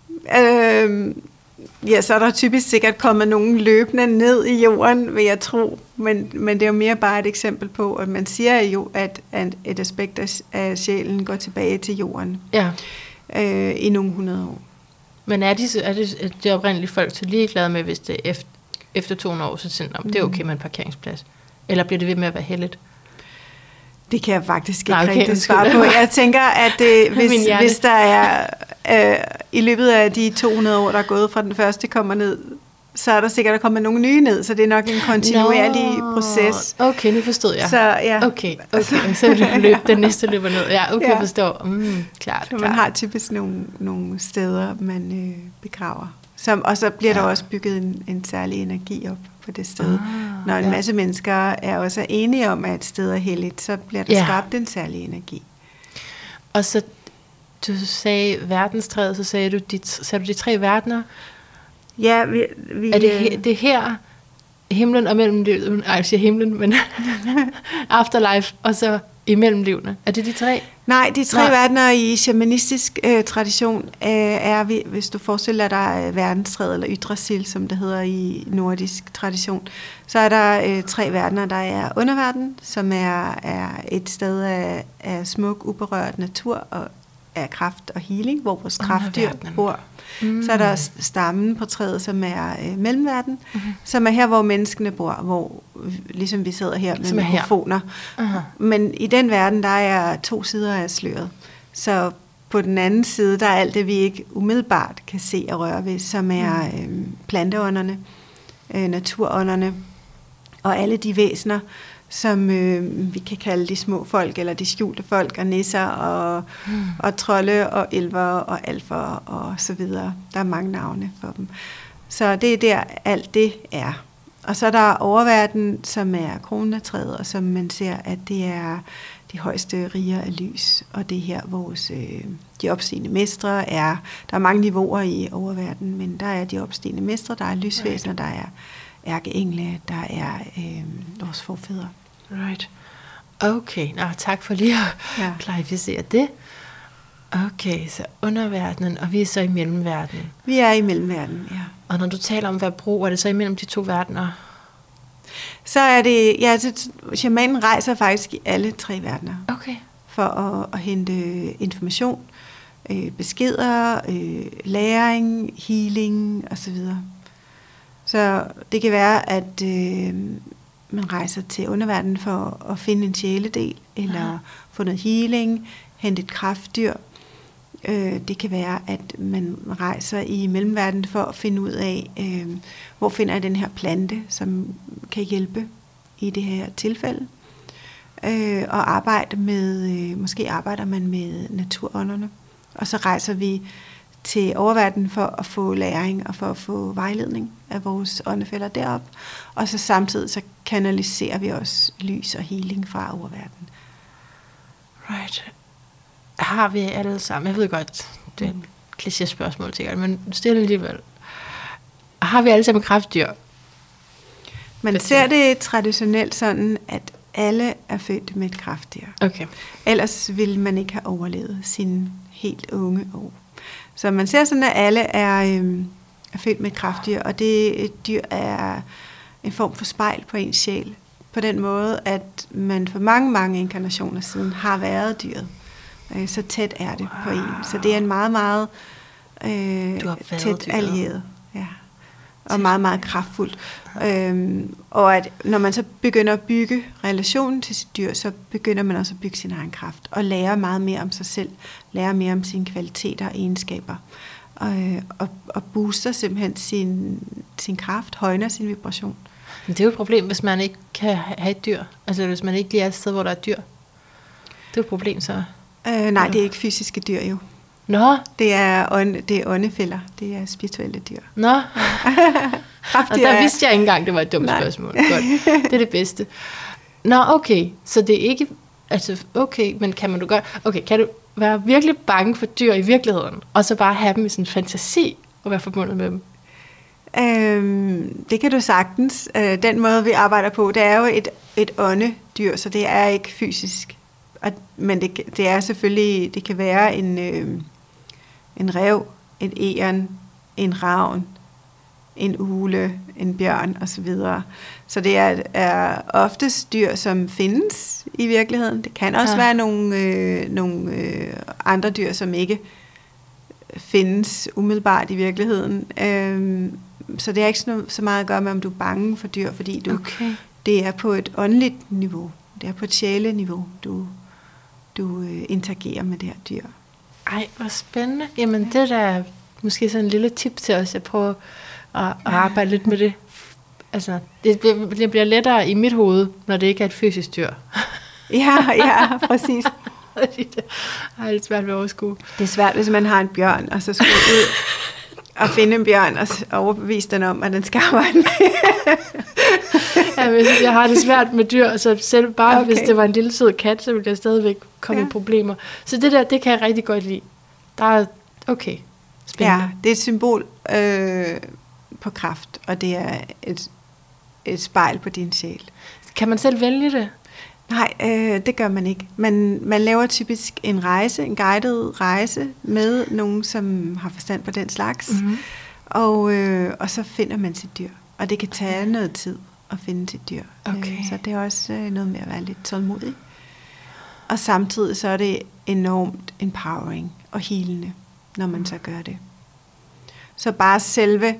Øh, ja, så er der typisk sikkert kommet nogen løbende ned i jorden, vil jeg tro. Men, men det er jo mere bare et eksempel på, at man siger jo, at et aspekt af sjælen går tilbage til jorden. Ja. Øh, i nogle hundrede år. Men er de, er det, er det oprindelige folk så ligeglade med, hvis det efter, efter to hundrede år, så siger de, det er okay med en parkeringsplads? Eller bliver det ved med at være heldigt? Det kan jeg faktisk ikke Nej, okay, rigtig svare på. Jeg tænker, at øh, hvis, hvis der er øh, i løbet af de to hundrede år, der er gået fra den første kommer ned, så er der sikkert, der kommer nogle nye ned, så det er nok en kontinuerlig Nå, proces. Okay, nu forstod jeg. Så, ja. Okay, okay. Så løb, den næste løber ned. Ja, okay, ja. Forstår. Mm, klart, så man klart. har typisk nogle, nogle steder, man øh, begraver. Som, og så bliver ja. der også bygget en, en særlig energi op på det sted. Ah, Når en ja. masse mennesker er også enige om, at et sted er helligt, så bliver der ja. skabt en særlig energi. Og så, du sagde verdenstræet, så sagde du de, sagde du de tre verdener. Ja, vi... vi er det, he, det her, himlen og mellemlivet, nej, jeg siger himlen, men afterlife, og så i mellemlivene. Er det de tre? Nej, de tre Nej. verdener i shamanistisk øh, tradition øh, er, vi, hvis du forestiller dig verdenstræet, eller Yggdrasil, som det hedder i nordisk tradition, så er der øh, tre verdener. Der er underverden, som er, er et sted af, af smuk, uberørt natur og af kraft og healing, hvor vores kraftdyr bor. Mm. Så er der stammen på træet, som er øh, mellemverden, mm. som er her, hvor menneskene bor, hvor ligesom vi sidder her med mikrofoner. Uh-huh. Men i den verden, der er to sider af sløret. Så på den anden side, der er alt det, vi ikke umiddelbart kan se og røre ved, som er øh, planteånderne, øh, naturånderne og alle de væsener, som øh, vi kan kalde de små folk, eller de skjulte folk, og nisser, og, mm. og trolde, og elver, og alfer, og så videre. Der er mange navne for dem. Så det er der, alt det er. Og så er der oververden, som er kronen af træet, og som man ser, at det er de højeste riger af lys, og det er her, vores øh, de opstigende mestre er. Der er mange niveauer i oververden, men der er de opstigende mestre, der er lysvæsener, der er ærkeengle, der er øh, vores forfædre. Right. Okay, Nå, tak for lige at ja. klarificere det. Okay, så underverdenen, og vi er så i mellemverdenen. Vi er i mellemverdenen, ja. Og når du taler om verbro, er det så imellem de to verdener? Så er det, ja, så shamanen rejser faktisk i alle tre verdener. Okay. For at, at hente information, øh, beskeder, øh, læring, healing osv. Så det kan være, at øh, man rejser til underverdenen for at finde en sjæledel, eller Aha. få noget healing, hente et kraftdyr. Øh, det kan være, at man rejser i mellemverdenen for at finde ud af, øh, hvor finder jeg den her plante, som kan hjælpe i det her tilfælde. Øh, og arbejde med, øh, måske arbejder man med naturånderne. Og så rejser vi til oververdenen for at få læring og for at få vejledning af vores åndefælder derop. Og så samtidig så kanaliserer vi også lys og healing fra oververdenen. Right. Har vi alle sammen, jeg ved godt, det er et kliché-spørgsmål til, men stille alligevel. Har vi alle sammen kraftdyr? Man ser det traditionelt sådan, at alle er født med et kraftdyr. Okay. Ellers ville man ikke have overlevet sine helt unge år. Så man ser sådan, at alle er, øhm, er født med et kraftdyr, og det et dyr er en form for spejl på ens sjæl. På den måde, at man for mange, mange inkarnationer siden har været dyret. Øh, så tæt er det wow. på en. Så det er en meget, meget øh, tæt allieret. Ja. Og meget, meget kraftfuldt. Øhm, og at når man så begynder at bygge relationen til sit dyr, så begynder man også at bygge sin egen kraft, og lære meget mere om sig selv, lære mere om sine kvaliteter og egenskaber, og, og, og booster simpelthen sin, sin kraft, højner sin vibration. Men det er jo et problem, hvis man ikke kan have et dyr. Altså hvis man ikke lige er et sted, hvor der er dyr. Det er jo et problem så. Øh, nej, det er ikke fysiske dyr jo. Nå. Det er, ånd, det er åndefælder. Det er spirituelle dyr. Nå. Og der vidste jeg ikke engang, det var et dumt Nej. spørgsmål. Godt. Det er det bedste. Nå, okay. Så det er ikke... Altså, okay, men kan man du godt... Okay, kan du... være virkelig bange for dyr i virkeligheden, og så bare have dem i sådan en fantasi og være forbundet med dem? Øhm, det kan du sagtens. Øh, den måde, vi arbejder på, det er jo et, et åndedyr, så det er ikke fysisk. Og, men det, det er selvfølgelig, det kan være en, øh, en ræv, en egern, en ravn, en ugle, en bjørn osv. Så det er, er oftest dyr, som findes i virkeligheden. Det kan også ja. være nogle, øh, nogle øh, andre dyr, som ikke findes umiddelbart i virkeligheden. Øhm, så det er ikke så, så meget at gøre med, om du er bange for dyr, fordi du, okay. det er på et åndeligt niveau. Det er på et sjæleniveau, du, du øh, interagerer med det her dyr. Ej, hvor spændende. Jamen, det der er måske sådan en lille tip til os. Jeg prøver at, at arbejde lidt med det. Altså, det bliver, det bliver lettere i mit hoved, når det ikke er et fysisk dyr. Ja, ja, præcis. Det er lidt svært ved at overskue. Det er svært, hvis man har en bjørn, og så skal ud og finde en bjørn, og overbevise den om, at den skal arbejde med. Ja, jeg har det svært med dyr, så selv bare okay. hvis det var en lille sød kat, så ville jeg stadigvæk komme ja. i problemer. Så det der, det kan jeg rigtig godt lide. Der er, okay, spændende. Ja, det er et symbol øh, på kraft, og det er et, et spejl på din sjæl. Kan man selv vælge det? Nej, øh, det gør man ikke. Man, man laver typisk en rejse, en guided rejse med nogen, som har forstand på den slags, mm-hmm. og, øh, og så finder man sit dyr. Og det kan tage okay. noget tid at finde sit dyr. Okay. Øh, så det er også øh, noget med at være lidt tålmodig. Og samtidig så er det enormt empowering og healende, når man mm. så gør det. Så bare selve,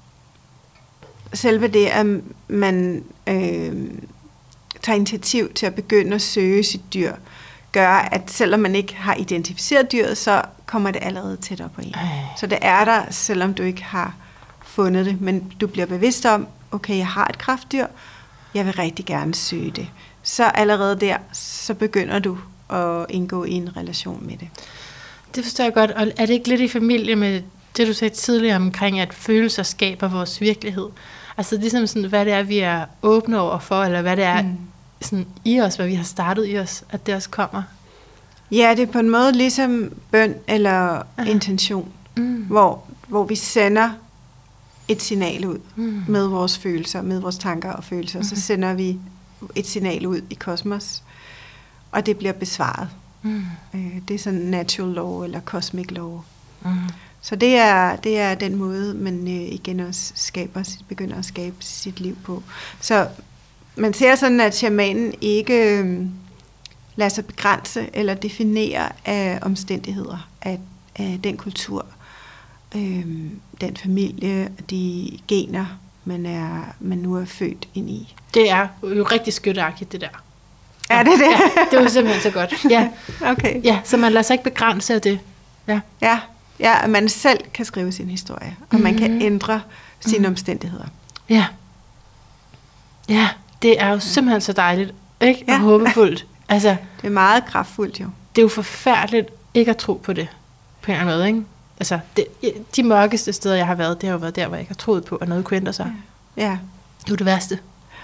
selve det, at man øh, tager initiativ til at begynde at søge sit dyr, gør, at selvom man ikke har identificeret dyret, så kommer det allerede tættere på en. Ej. Så det er der, selvom du ikke har fundet det, men du bliver bevidst om, okay, jeg har et kraftdyr, jeg vil rigtig gerne søge det. Så allerede der, så begynder du at indgå i en relation med det. Det forstår jeg godt, og er det ikke lidt i familie med det, du sagde tidligere omkring, at følelser skaber vores virkelighed? Altså ligesom sådan, hvad det er, vi er åbne over for, eller hvad det er mm. sådan, i os, hvad vi har startet i os, at det også kommer? Ja, det er på en måde ligesom bøn eller Aha. intention, mm. hvor, hvor vi sender et signal ud mm. med vores følelser, med vores tanker og følelser. Mm. Så sender vi et signal ud i kosmos, og det bliver besvaret. Mm. Det er sådan natural law eller cosmic law. Mm. Så det er, det er den måde, man igen også skaber, begynder at skabe sit liv på. Så man ser sådan, at shamanen ikke lader sig begrænse eller definere af omstændigheder, af, af den kultur, øh, den familie, de gener, man, er, man nu er født ind i. Det er jo rigtig skytteagtigt, det der. Er det det? Ja, det var simpelthen så godt. Ja. Okay. Ja, så man lader sig ikke begrænse af det. Ja. Ja, ja, at man selv kan skrive sin historie, og mm-hmm. man kan ændre sine mm-hmm. omstændigheder. Ja. Ja, det er jo simpelthen så dejligt, ikke? Og ja. håbefuldt. Altså, det er meget kraftfuldt jo. Det er jo forfærdeligt ikke at tro på det, på en eller anden måde, ikke? Altså, det, de mørkeste steder, jeg har været, det har jo været der, hvor jeg ikke har troet på, at noget kunne ændre sig. Ja. Ja. Det er jo det værste.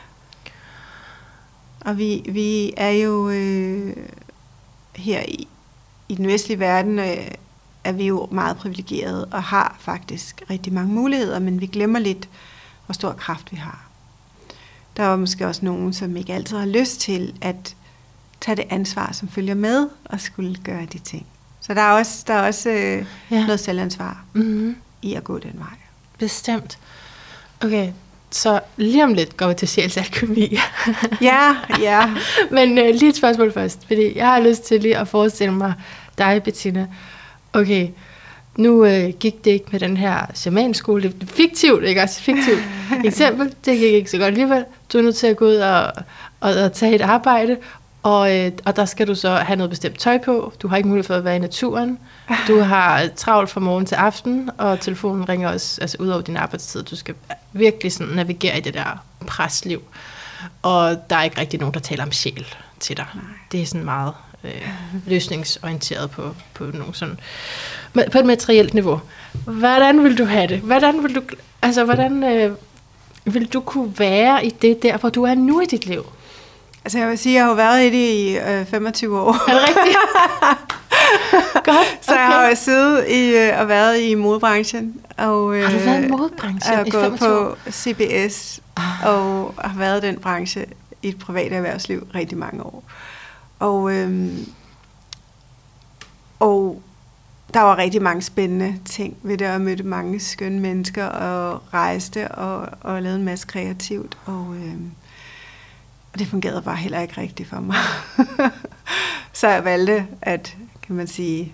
Og vi, vi er jo øh, her i, i den vestlige verden, øh, er vi jo meget privilegerede og har faktisk rigtig mange muligheder, men vi glemmer lidt, hvor stor kraft vi har. Der er måske også nogen, som ikke altid har lyst til at tage det ansvar, som følger med og skulle gøre de ting. Så der er også, der er også øh, ja. noget selvansvar mm-hmm. i at gå den vej. Bestemt. Okay, så lige om lidt går vi til sjælsalkemi. Ja, ja. Men øh, lige et spørgsmål først, fordi jeg har lyst til lige at forestille mig dig, Bettina. Okay, nu øh, gik det ikke med den her shamanskole. Det er fiktivt, ikke også? Fiktivt eksempel. Det gik ikke så godt alligevel. Du er nødt til at gå ud og, og, og tage et arbejde, og, øh, og der skal du så have noget bestemt tøj på. Du har ikke mulighed for at være i naturen. Du har travlt fra morgen til aften, og telefonen ringer også altså ud over din arbejdstid. Du skal virkelig sådan navigere i det der presliv. Og der er ikke rigtig nogen, der taler om sjæl til dig. Det er sådan meget øh, løsningsorienteret på, på, nogen sådan, på et materielt niveau. Hvordan vil du have det? Hvordan vil du, altså, hvordan, øh, vil du kunne være i det der, hvor du er nu i dit liv? Altså jeg vil sige, at jeg har jo været i det i øh, femogtyve år. Er det rigtigt? Godt, okay. Så jeg har jo siddet i, øh, og været i modebranchen. Og, har du været i modebranchen og i gået femogtyve? på C B S, ah. og har været i den branche i et privat erhvervsliv rigtig mange år. Og, øhm, og der var rigtig mange spændende ting ved det, og mødte mange skønne mennesker, og rejste, og, og lavede en masse kreativt, og, øhm, og det fungerede bare heller ikke rigtigt for mig. Så jeg valgte at, kan man sige,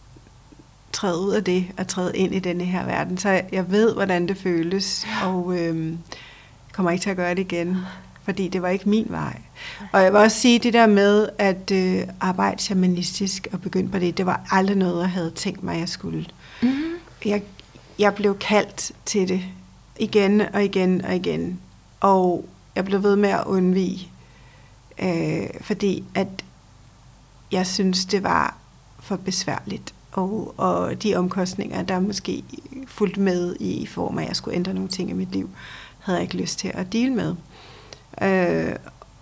træde ud af det, og træde ind i denne her verden. Så jeg ved, hvordan det føles, og øhm, kommer ikke til at gøre det igen, fordi det var ikke min vej. Og jeg vil også sige, det der med at øh, arbejde shamanistisk og begynde på det, det var aldrig noget, jeg havde tænkt mig, jeg skulle. Mm. Jeg, jeg blev kaldt til det igen og igen og igen, og jeg blev ved med at undvige, øh, fordi at jeg synes, det var for besværligt, og, og de omkostninger, der måske fulgte med i form af, at jeg skulle ændre nogle ting i mit liv, havde jeg ikke lyst til at deale med. Øh,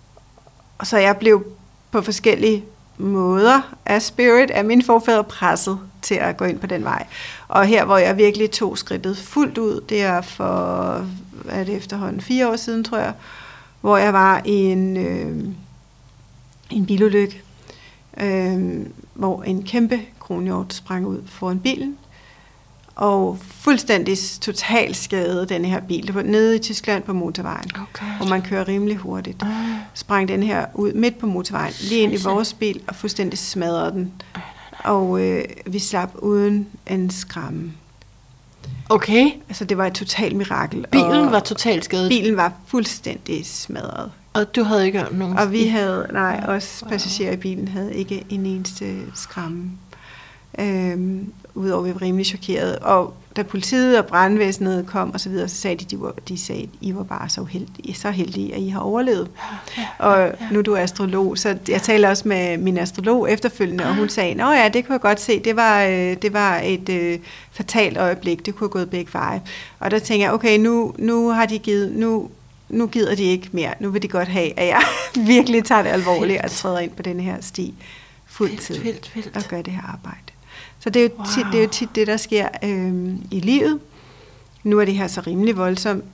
og så jeg blev på forskellige måder af spirit, af mine forfædre presset til at gå ind på den vej. Og her, hvor jeg virkelig tog skridtet fuldt ud, det er for, hvad er det efterhånden, fire år siden, tror jeg, hvor jeg var i en, øh, en bilulykke, øh, hvor en kæmpe kronhjort sprang ud foran bilen, og fuldstændig totalt skadede den her bil. Det var nede i Tyskland på motorvejen, okay. Hvor man kører rimelig hurtigt. Uh. Sprang den her ud midt på motorvejen, lige ind i vores bil, og fuldstændig smadrede den. Og øh, vi slap uden en skramme. Okay. Altså, det var et totalt mirakel. Bilen var totalt skadet? Bilen var fuldstændig smadret. Og du havde ikke nogen... Og vi havde, nej, også passagerer i bilen havde ikke en eneste skramme. Øhm, Udover vi var rimelig chokeret. Og da politiet og brandvæsenet kom og så videre, så sagde de, de, var, de sagde, I var bare så heldige, så heldige, at I har overlevet. Ja, ja, og ja. Nu er du astrolog, så jeg taler også med min astrolog efterfølgende, og hun sagde, nå ja, det kunne jeg godt se, det var, det var et øh, fatalt øjeblik, det kunne have gået begge veje. Og der tænker jeg, okay, nu, nu har de givet, nu, nu gider de ikke mere, nu vil de godt have, at jeg virkelig tager det alvorligt og træder ind på den her sti fuldtid vildt, vildt. Og gør det her arbejde. Så det er, jo wow. tit, det er jo tit det, der sker øh, i livet. Nu er det her så rimelig voldsomt,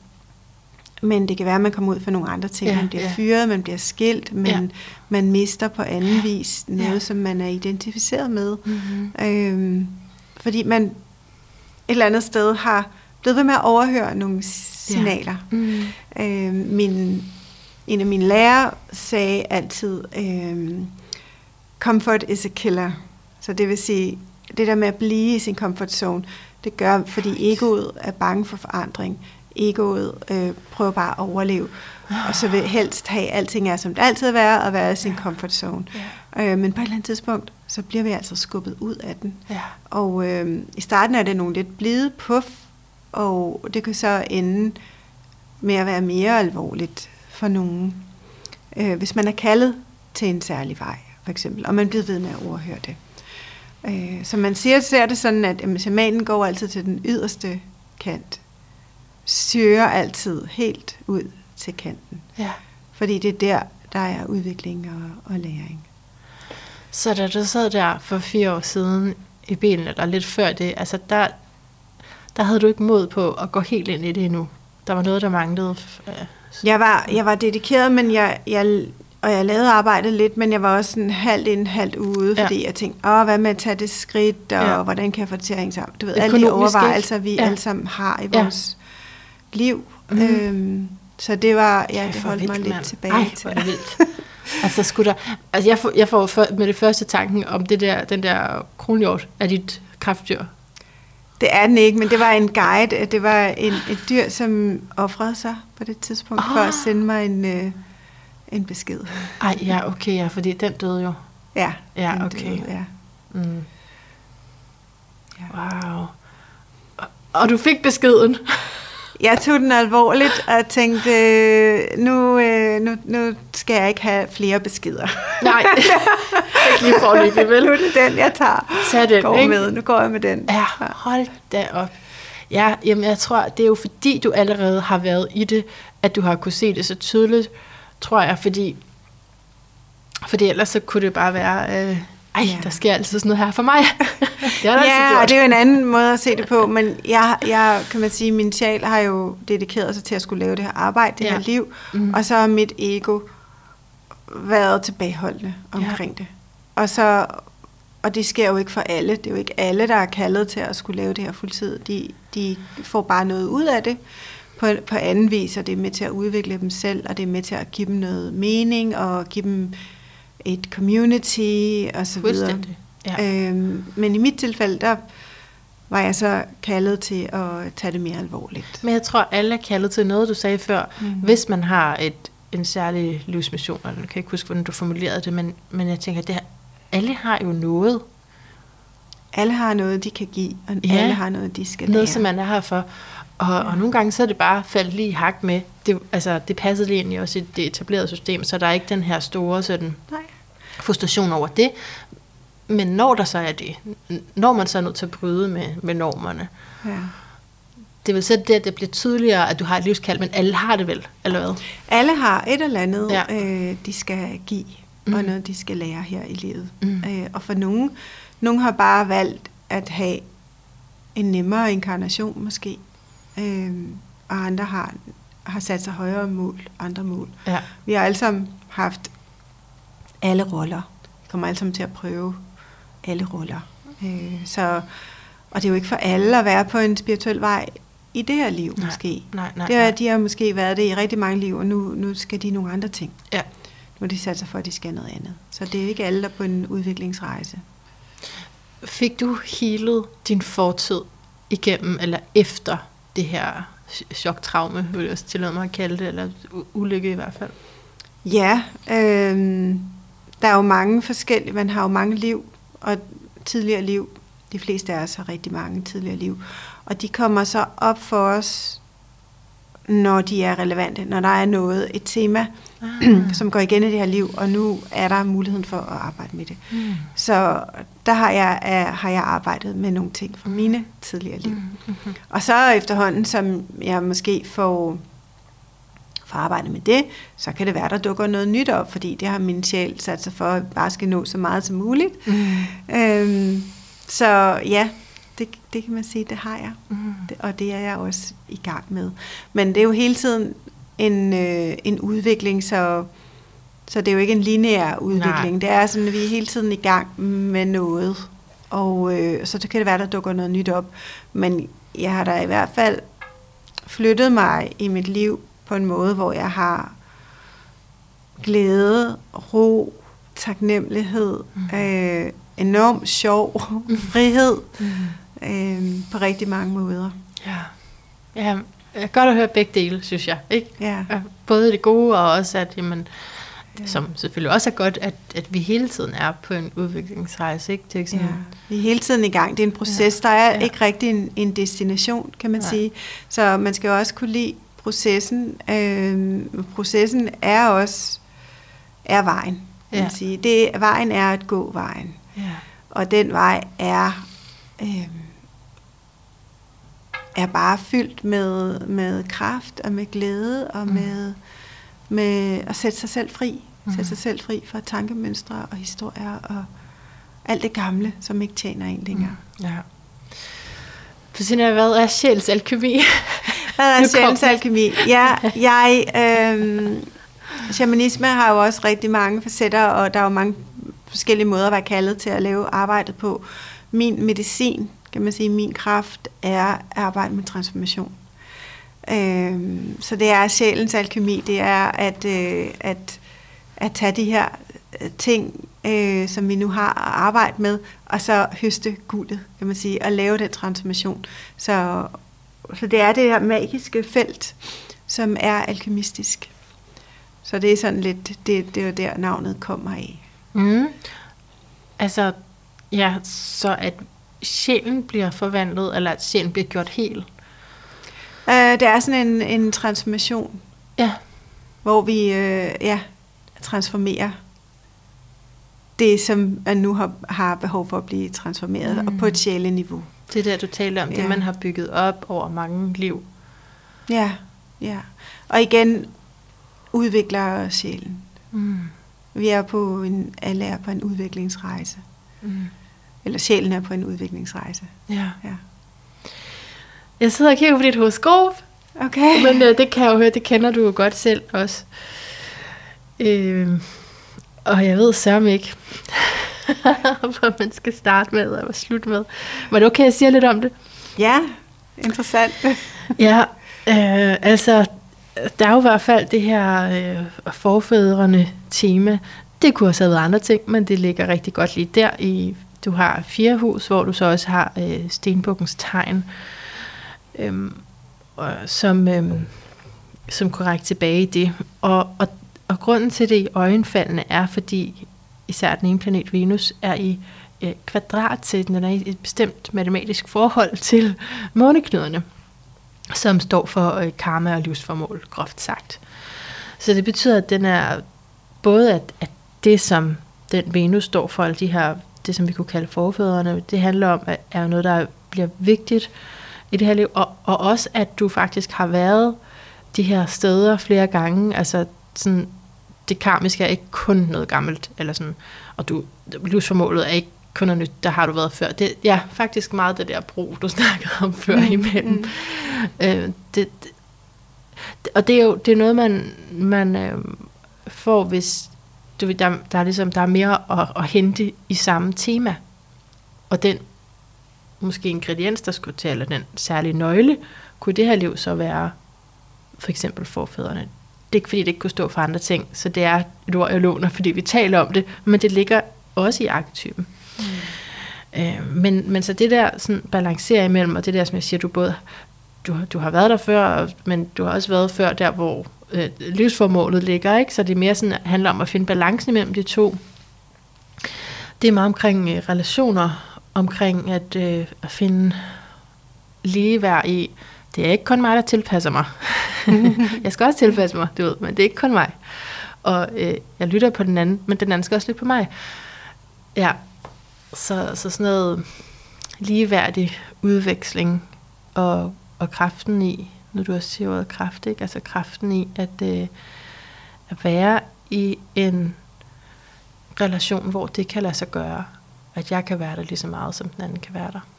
men det kan være, at man kommer ud for nogle andre ting. Ja, man bliver ja. fyret, man bliver skilt, man, ja. man mister på anden vis noget, ja. som man er identificeret med. Mm-hmm. Øh, fordi man et eller andet sted har blevet ved med at overhøre nogle signaler. Ja. Mm. Øh, min, en af mine lærere sagde altid, øh, comfort is a killer. Så det vil sige, det der med at blive i sin comfort zone, det gør, fordi egoet er bange for forandring. Egoet øh, prøver bare at overleve, og så vil helst have, at alting er, som det altid er, og være i sin comfort zone. Ja. Øh, men på et eller andet tidspunkt, så bliver vi altså skubbet ud af den. Ja. Og øh, i starten er det nogle lidt blide puff, og det kan så ende med at være mere alvorligt for nogen. Øh, hvis man er kaldet til en særlig vej, for eksempel, og man bliver ved med at overhøre det. Øh, så man siger, ser det sådan, at jamen, shamanen går altid til den yderste kant. Søger altid helt ud til kanten. Ja. Fordi det er der, der er udvikling og, og læring. Så da du sad der for fire år siden i bilen, eller lidt før det, altså der, der havde du ikke mod på at gå helt ind i det endnu. Der var noget, der manglede. Jeg var, jeg var dedikeret, men jeg... jeg Og jeg lavede arbejdet lidt, men jeg var også en halvt ind, halvt ude, ja. Fordi jeg tænkte, åh, hvad med at tage det skridt, og ja. hvordan kan jeg få det til at hænge sammen? Du ved, alle de overvejelser, vi ja. alle sammen har i vores ja. liv. Mm. Øhm, så det var, ja, det, det holdt mig lidt man. tilbage Ej, til. Ej, vildt. altså, skulle der, altså, jeg får, jeg får for, med det første tanken om det der, den der kronhjort af dit kræftdyr. Det er den ikke, men det var en guide. Det var en, et dyr, som ofrede sig på det tidspunkt, oh. for at sende mig en... Øh, en besked. Ej, ja, okay, ja, fordi den døde jo. Ja, ja, okay. Døde, ja. Mm. Ja. Wow. Og, og du fik beskeden? Jeg tog den alvorligt og tænkte, nu, nu, nu skal jeg ikke have flere beskeder. Nej, ikke lige forløbig, vel? Nu er det den, jeg tager. Så den, går ikke? med. Nu går jeg med den. Ja, hold da op. Ja, jamen jeg tror, det er jo fordi, du allerede har været i det, at du har kunne se det så tydeligt, tror jeg, fordi, fordi ellers så kunne det bare være, øh, ej, ja. Der sker altid sådan noget her for mig. Det er ja, og det er jo en anden måde at se det på, men jeg, jeg kan man sige, min sjæl har jo dedikeret sig til at skulle lave det her arbejde, det ja. her liv, mm. og så har mit ego været tilbageholdende omkring ja. det. Og så, og det sker jo ikke for alle, det er jo ikke alle, der er kaldet til at skulle lave det her fuldtid. De, de får bare noget ud af det på, på anden vis, og det er med til at udvikle dem selv, og det er med til at give dem noget mening, og give dem et community, og så videre. Ja. Øhm, men i mit tilfælde, der var jeg så kaldet til at tage det mere alvorligt. Men jeg tror, alle er kaldet til noget, du sagde før. Mm. Hvis man har et, en særlig livsmission, og jeg kan ikke huske, hvordan du formulerede det, men, men jeg tænker, det her, alle har jo noget. Alle har noget, de kan give, og ja. alle har noget, de skal lære. Noget, som man er her for. Og, ja. og nogle gange så er det bare faldt lige i hak med. Det, altså, det passede lige egentlig også i det etablerede system, så der er ikke den her store sådan, Nej. frustration over det. Men når der så er det, når man så er nødt til at bryde med, med normerne, ja. det vil så det, at det bliver tydeligere, at du har et livskald, men alle har det vel, eller hvad? Alle har et eller andet, ja. øh, de skal give, mm. og noget, de skal lære her i livet. Mm. Øh, og for nogen, nogen har bare valgt at have en nemmere inkarnation måske, øh, og andre har, har sat sig højere mål, andre mål. Ja. Vi har alle sammen haft alle roller. Vi kommer alle sammen til at prøve alle roller. Øh, så, og det er jo ikke for alle at være på en spirituel vej i det her liv, nej, måske. Nej, nej, det er, nej. De har måske været det i rigtig mange liv, og nu, nu skal de nogle andre ting. Ja. Nu har de sat sig for, at de skal noget andet. Så det er ikke alle, der er på en udviklingsrejse. Fik du healet din fortid igennem, eller efter det her choktraume, vil jeg også tillade mig at kalde det, eller ulykke i hvert fald? Ja, øh, der er jo mange forskellige, man har jo mange liv, og tidligere liv, de fleste af os har rigtig mange tidligere liv, og de kommer så op for os, når de er relevante, når der er noget, et tema, ah. som går igen i det her liv, og nu er der muligheden for at arbejde med det. Mm. Så der har jeg, er, har jeg arbejdet med nogle ting fra mine tidligere liv. Mm. Mm-hmm. Og så efterhånden, som jeg måske får, får arbejdet med det, så kan det være, der dukker noget nyt op, fordi det har min sjæl sat sig for, at bare skal nå så meget som muligt. Mm. Øhm, så ja, det, det kan man sige, det har jeg. Mm. Det, og det er jeg også i gang med. Men det er jo hele tiden en, øh, en udvikling, så, så det er jo ikke en lineær udvikling. Nej. Det er sådan, at vi er hele tiden i gang med noget. Og øh, så det kan det være, der dukker noget nyt op. Men jeg har da i hvert fald flyttet mig i mit liv på en måde, hvor jeg har glæde, ro, taknemmelighed, mm. øh, enormt sjov, frihed, mm. øh, på rigtig mange måder. Ja, ja, jeg kan godt at høre begge dele, synes jeg. Ikke? Ja. Både det gode, og også at, jamen, ja. som selvfølgelig også er godt, at, at vi hele tiden er på en udviklingsrejse. Ikke? Det er ikke sådan, ja. Vi er hele tiden i gang. Det er en proces. Ja. Der er ja. ikke rigtig en, en destination, kan man ja. sige. Så man skal jo også kunne lide processen. Øh, processen er også er vejen, kan ja. man sige. Det, vejen er at gå vejen. Ja. Og den vej er øh, er bare fyldt med, med kraft og med glæde og mm. med, med at sætte sig selv fri. Mm. Sætte sig selv fri fra tankemønstre og historier og alt det gamle, som ikke tjener en længere. Mm. Ja. Christina, hvad er sjælens alkemi? Hvad er sjælens alkemi? Ja, jeg... Øh, shamanisme har jo også rigtig mange facetter, og der er jo mange forskellige måder at være kaldet til at lave arbejdet på. Min medicin, kan man sige, min kraft er at arbejde med transformation. Øhm, så det er sjælens alkemi, det er at, øh, at, at tage de her ting, øh, som vi nu har at arbejde med, og så høste guldet, kan man sige, og lave den transformation. Så, så det er det her magiske felt, som er alkemistisk. Så det er sådan lidt, det, det er jo der navnet kommer af. Mm. Altså, ja, så at sjælen bliver forvandlet, eller at sjælen bliver gjort hel? Uh, det er sådan en, en transformation, ja. hvor vi uh, ja, transformerer det, som man nu har, har behov for at blive transformeret, mm. og på et sjæleniveau. Det er der, du taler om, ja. det man har bygget op over mange liv. Ja, ja. Og igen udvikler sjælen. Mm. Vi er på en, alle er på en udviklingsrejse. Mm. Eller sjælen er på en udviklingsrejse. Ja. ja. Jeg sidder og kigger på dit horoskop. Okay. Men øh, det kan jeg jo høre, det kender du jo godt selv også. Øh, og jeg ved sørme ikke, hvor man skal starte med og slutte med. Var det okay, jeg siger lidt om det? Ja, interessant. Ja, øh, altså, der er jo i hvert fald det her øh, forfædrende tema. Det kunne også have været andre ting, men det ligger rigtig godt lige der. I, du har fire hus, hvor du så også har øh, stenbukkens tegn, øh, og, som, øh, som korrekt tilbage i det. Og, og, og grunden til det i øjenfaldene er, fordi især den ene planet Venus er i øh, kvadrat til den, er i et bestemt matematisk forhold til måneknuderne, som står for øh, karma og livsformål, groft sagt. Så det betyder, at den er både, at, at det, som den Venus står for, alle de her, det som vi kunne kalde forfædrene, det handler om, at er noget, der bliver vigtigt i det her liv, og, og også, at du faktisk har været de her steder flere gange, altså sådan, det karmiske er ikke kun noget gammelt, eller sådan, og du, livsformålet er ikke kun noget nyt, der har du været før. Det ja, faktisk meget det der bro, du snakkede om før mm. imellem. Mm. Øh, det, det, og det er jo det er noget, man, man øh, får, hvis du ved, der, der, er ligesom, der er mere at, at hente i samme tema. Og den måske ingrediens, der skulle til, eller den særlige nøgle, kunne det her liv så være for eksempel forfædrene. Det er ikke, fordi det ikke kunne stå for andre ting, så det er et ord, jeg låner, fordi vi taler om det, men det ligger også i arketypen. Mm. Øh, men, men så det der sådan balancerer imellem, og det der, som jeg siger, du både du, du har været der før, men du har også været før der, hvor øh, livsformålet ligger, ikke? Så det er mere sådan, handler om at finde balancen imellem de to. Det er meget omkring øh, relationer, omkring at, øh, at finde ligeværd i, det er ikke kun mig, der tilpasser mig. Jeg skal også tilpasse mig, du ved, men det er ikke kun mig. Og øh, jeg lytter på den anden, men den anden skal også lytte på mig. Ja, så, så sådan noget ligeværdig udveksling og, og kraften i, nu du også siger ordet kraft, ikke? Altså kraften i at, øh, at være i en relation, hvor det kan lade sig gøre, at jeg kan være der lige så meget, som den anden kan være der.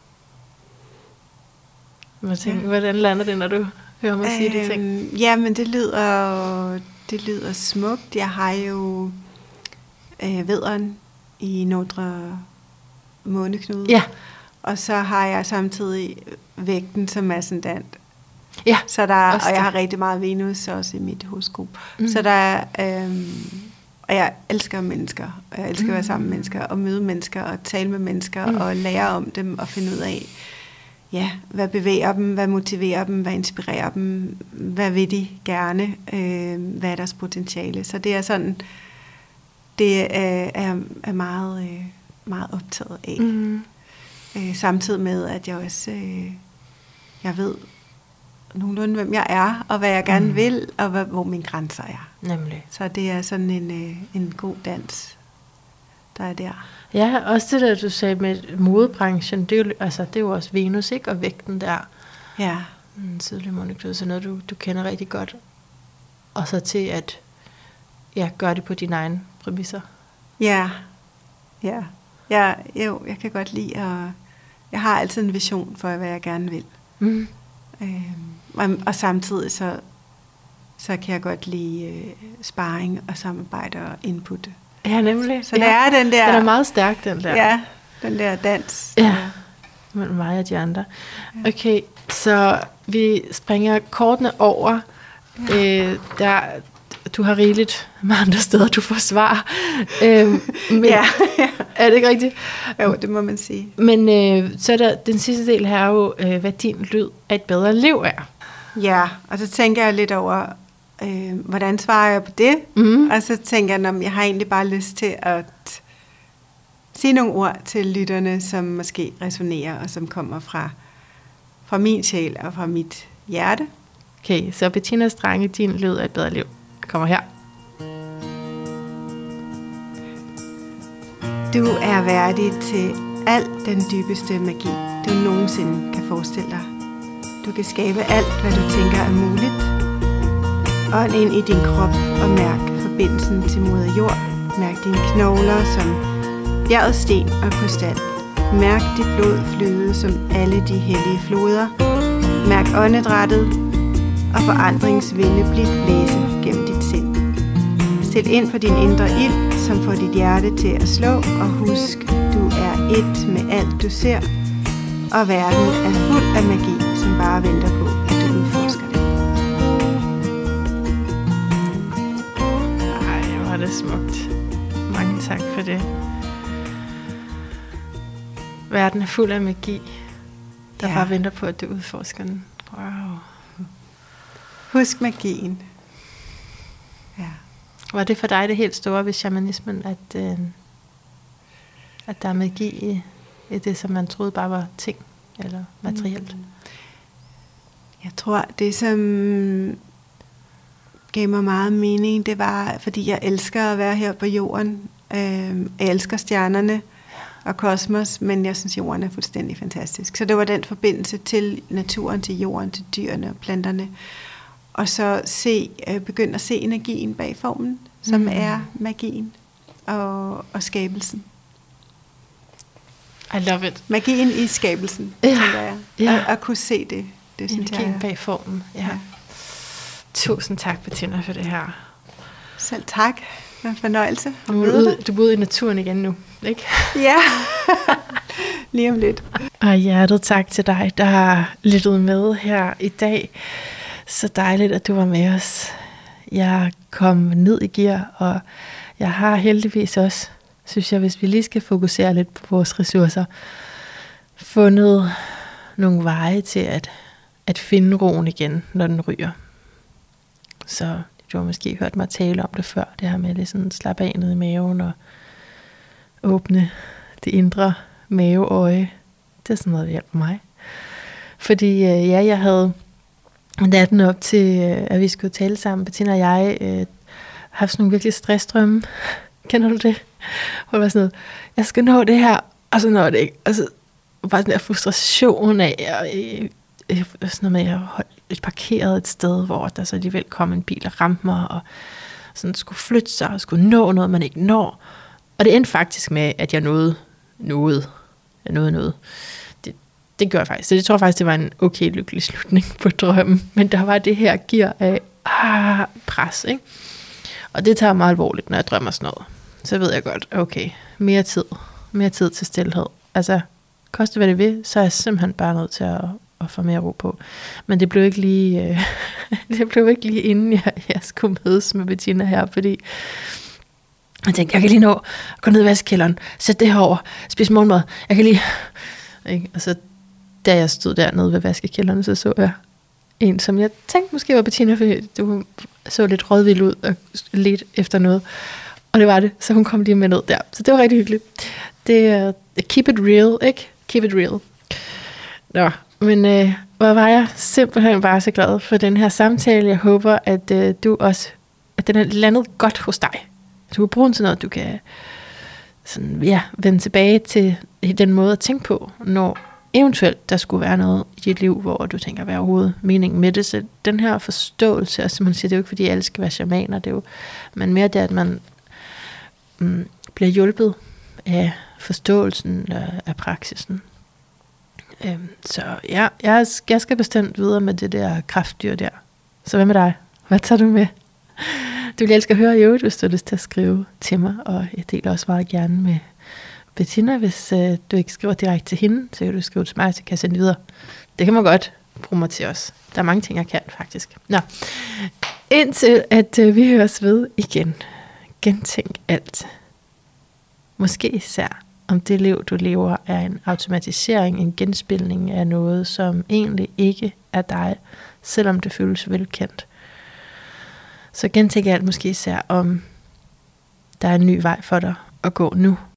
Jeg tænker, hvordan lander det, når du hører mig sige øhm, de ting? Ja, men det lyder, det lyder smukt. Jeg har jo øh, vædderen i Nordre måneknude. Ja. Og så har jeg samtidig vægten som ascendant. Ja, så der, og jeg har rigtig meget Venus også i mit horoskop. Mm. Så der er, øhm, og jeg elsker mennesker. Og jeg elsker mm. at være sammen med mennesker, og møde mennesker, og tale med mennesker, mm. og lære om dem, og finde ud af, ja, hvad bevæger dem, hvad motiverer dem, hvad inspirerer dem, hvad vil de gerne, øh, hvad er deres potentiale. Så det er sådan, det er, er, er meget, øh, meget optaget af. Mm. Øh, samtidig med, at jeg også, øh, jeg ved nogenlunde, hvem jeg er, og hvad jeg gerne mm. vil, og hvad, hvor mine grænser er. Nemlig. Så det er sådan en, øh, en god dans, der er der. Ja, også det der, du sagde med modebranchen, det er jo, altså, det er jo også Venus, ikke? Og vægten der. Ja. En tidlig måneknude, så noget, du, du kender rigtig godt. Og så til at ja, gøre det på dine egne præmisser. Ja. Ja. Ja, jo, jeg kan godt lide at... Jeg har altid en vision for, hvad jeg gerne vil. Mm. Øhm, og, og samtidig så, så kan jeg godt lide øh, sparring og samarbejde og input. Ja, nemlig. Så ja. Der er den der... Den er meget stærk, den der. Ja, den der dans. Ja, mellem mig og de andre. Ja. Okay, så vi springer kortene over. Ja. Øh, der, du har rigeligt med andre steder, du får svar. øhm, men, ja, ja. Er det ikke rigtigt? Jo, det må man sige. Men øh, så er der, den sidste del her er jo, øh, hvad din lyd af et bedre liv er. Ja, og så tænker jeg lidt over... Øh, hvordan svarer jeg på det? Mm. Og så tænker jeg, at jeg har egentlig bare lyst til at sige nogle ord til lytterne, som måske resonerer, og som kommer fra, fra min sjæl og fra mit hjerte. Okay, så Bettina Strange, din lyd af et bedre liv, kommer her. Du er værdig til al den dybeste magi, du nogensinde kan forestille dig. Du kan skabe alt, hvad du tænker er muligt. Ånd ind i din krop og mærk forbindelsen til moder jord. Mærk dine knogler, som bjerget sten og krystal. Mærk dit blod flyde som alle de hellige floder. Mærk åndedrættet og forandringsvinde blidt blæse gennem dit sind. Stil ind på din indre ild, som får dit hjerte til at slå, og husk, du er et med alt du ser, og verden er fuld af magi, som bare venter på, at du udforsker det. Ej, hvor er det smukt. Mange tak for det. Verden er fuld af magi, der ja. bare venter på, at du udforsker den. Wow. Husk magien. Ja. Var det for dig det helt store ved shamanismen, at, øh, at der er magi i, i det, som man troede bare var ting eller materielt? Mm. Jeg tror, det som gav mig meget mening, det var, fordi jeg elsker at være her på jorden. Øh, jeg elsker stjernerne og kosmos, men jeg synes, jorden er fuldstændig fantastisk. Så det var den forbindelse til naturen, til jorden, til dyrene og planterne. Og så se, øh, begynde at se energien bag formen, som mm. er magien og, og skabelsen. I love it. Magien i skabelsen, ja. tænker jeg. Ja. At, at kunne se det, det synes energien jeg. bag formen, ja. ja. Tusind tak, Bettina, for det her. Selv tak. Det var en fornøjelse. Nu er du, ude, du er ude i naturen igen nu, ikke? Ja, lige om lidt. Og hjertet tak til dig, der har lyttet med her i dag. Så dejligt, at du var med os. Jeg kom ned i gear, og jeg har heldigvis også, synes jeg, hvis vi lige skal fokusere lidt på vores ressourcer, fundet nogle veje til at, at finde roen igen, når den ryger. Så du har måske hørt mig tale om det før, det her med ligesom at slappe af ned i maven og åbne det indre maveøje. Det er sådan noget, der hjælper mig. Fordi ja, jeg havde natten op til, at vi skulle tale sammen, Bettina og jeg, øh, haft sådan nogle virkelig stressdrømme. Kender du det? Hvor det var sådan noget, jeg skal nå det her, og så når det ikke. Og så bare sådan der frustration af, og, øh, øh, sådan noget med, at jeg holdt parkeret et sted, hvor der så alligevel kom en bil og ramte mig, og sådan skulle flytte sig, og skulle nå noget, man ikke når. Og det endte faktisk med, at jeg nåede noget. Jeg nåede noget. Det, det gjorde jeg faktisk. Så det tror jeg faktisk, det var en okay lykkelig slutning på drømmen. Men der var det her gear af ah, pres, ikke? Og det tager mig alvorligt, når jeg drømmer sådan noget. Så ved jeg godt, okay, mere tid. Mere tid til stilhed. Altså, koste hvad det vil, så er jeg simpelthen bare nødt til at, at få mere ro på. Men det blev ikke lige, øh, det blev ikke lige inden jeg, jeg skulle mødes med Bettina her, fordi jeg tænkte, jeg kan lige nå at gå ned i vaskekælderen, sætte det herover, spise morgenmad. Jeg kan lige... Ikke? Og så da jeg stod dernede ved vaskekælderen, så så jeg en, som jeg tænkte måske var Bettina, fordi du så lidt rådvild ud og lidt efter noget. Og det var det, så hun kom lige med ned der. Så det var rigtig hyggeligt. Det er uh, keep it real, ikke? Keep it real. Nå, men uh, hvor var jeg simpelthen bare så glad for den her samtale. Jeg håber, at uh, du også, at den er landet godt hos dig. Du kan bruge den til noget, du kan sådan, ja, vende tilbage til den måde at tænke på, når eventuelt der skulle være noget i dit liv, hvor du tænker, hvad er overhovedet meningen med det. Så den her forståelse, altså man siger, det er jo ikke fordi alle skal være shamaner, det er jo, men mere det, at man mm, bliver hjulpet af forståelsen af, af praksisen. Øhm, så ja, jeg, jeg skal bestemt videre med det der kraftdyr der. Så hvad med dig? Hvad tager du med? Du vil elske at høre i øvrigt, hvis du har lyst til at skrive til mig, og jeg deler også meget gerne med Bettina, hvis øh, du ikke skriver direkte til hende, så kan du skrive til mig, så kan jeg sende videre. Det kan man godt bruge mig til os. Der er mange ting, jeg kan faktisk. Nå, indtil at øh, vi høres ved igen. Gentænk alt. Måske især, om det liv, du lever, er en automatisering, en genspilning af noget, som egentlig ikke er dig, selvom det føles velkendt. Så gentænk alt måske især, om der er en ny vej for dig at gå nu,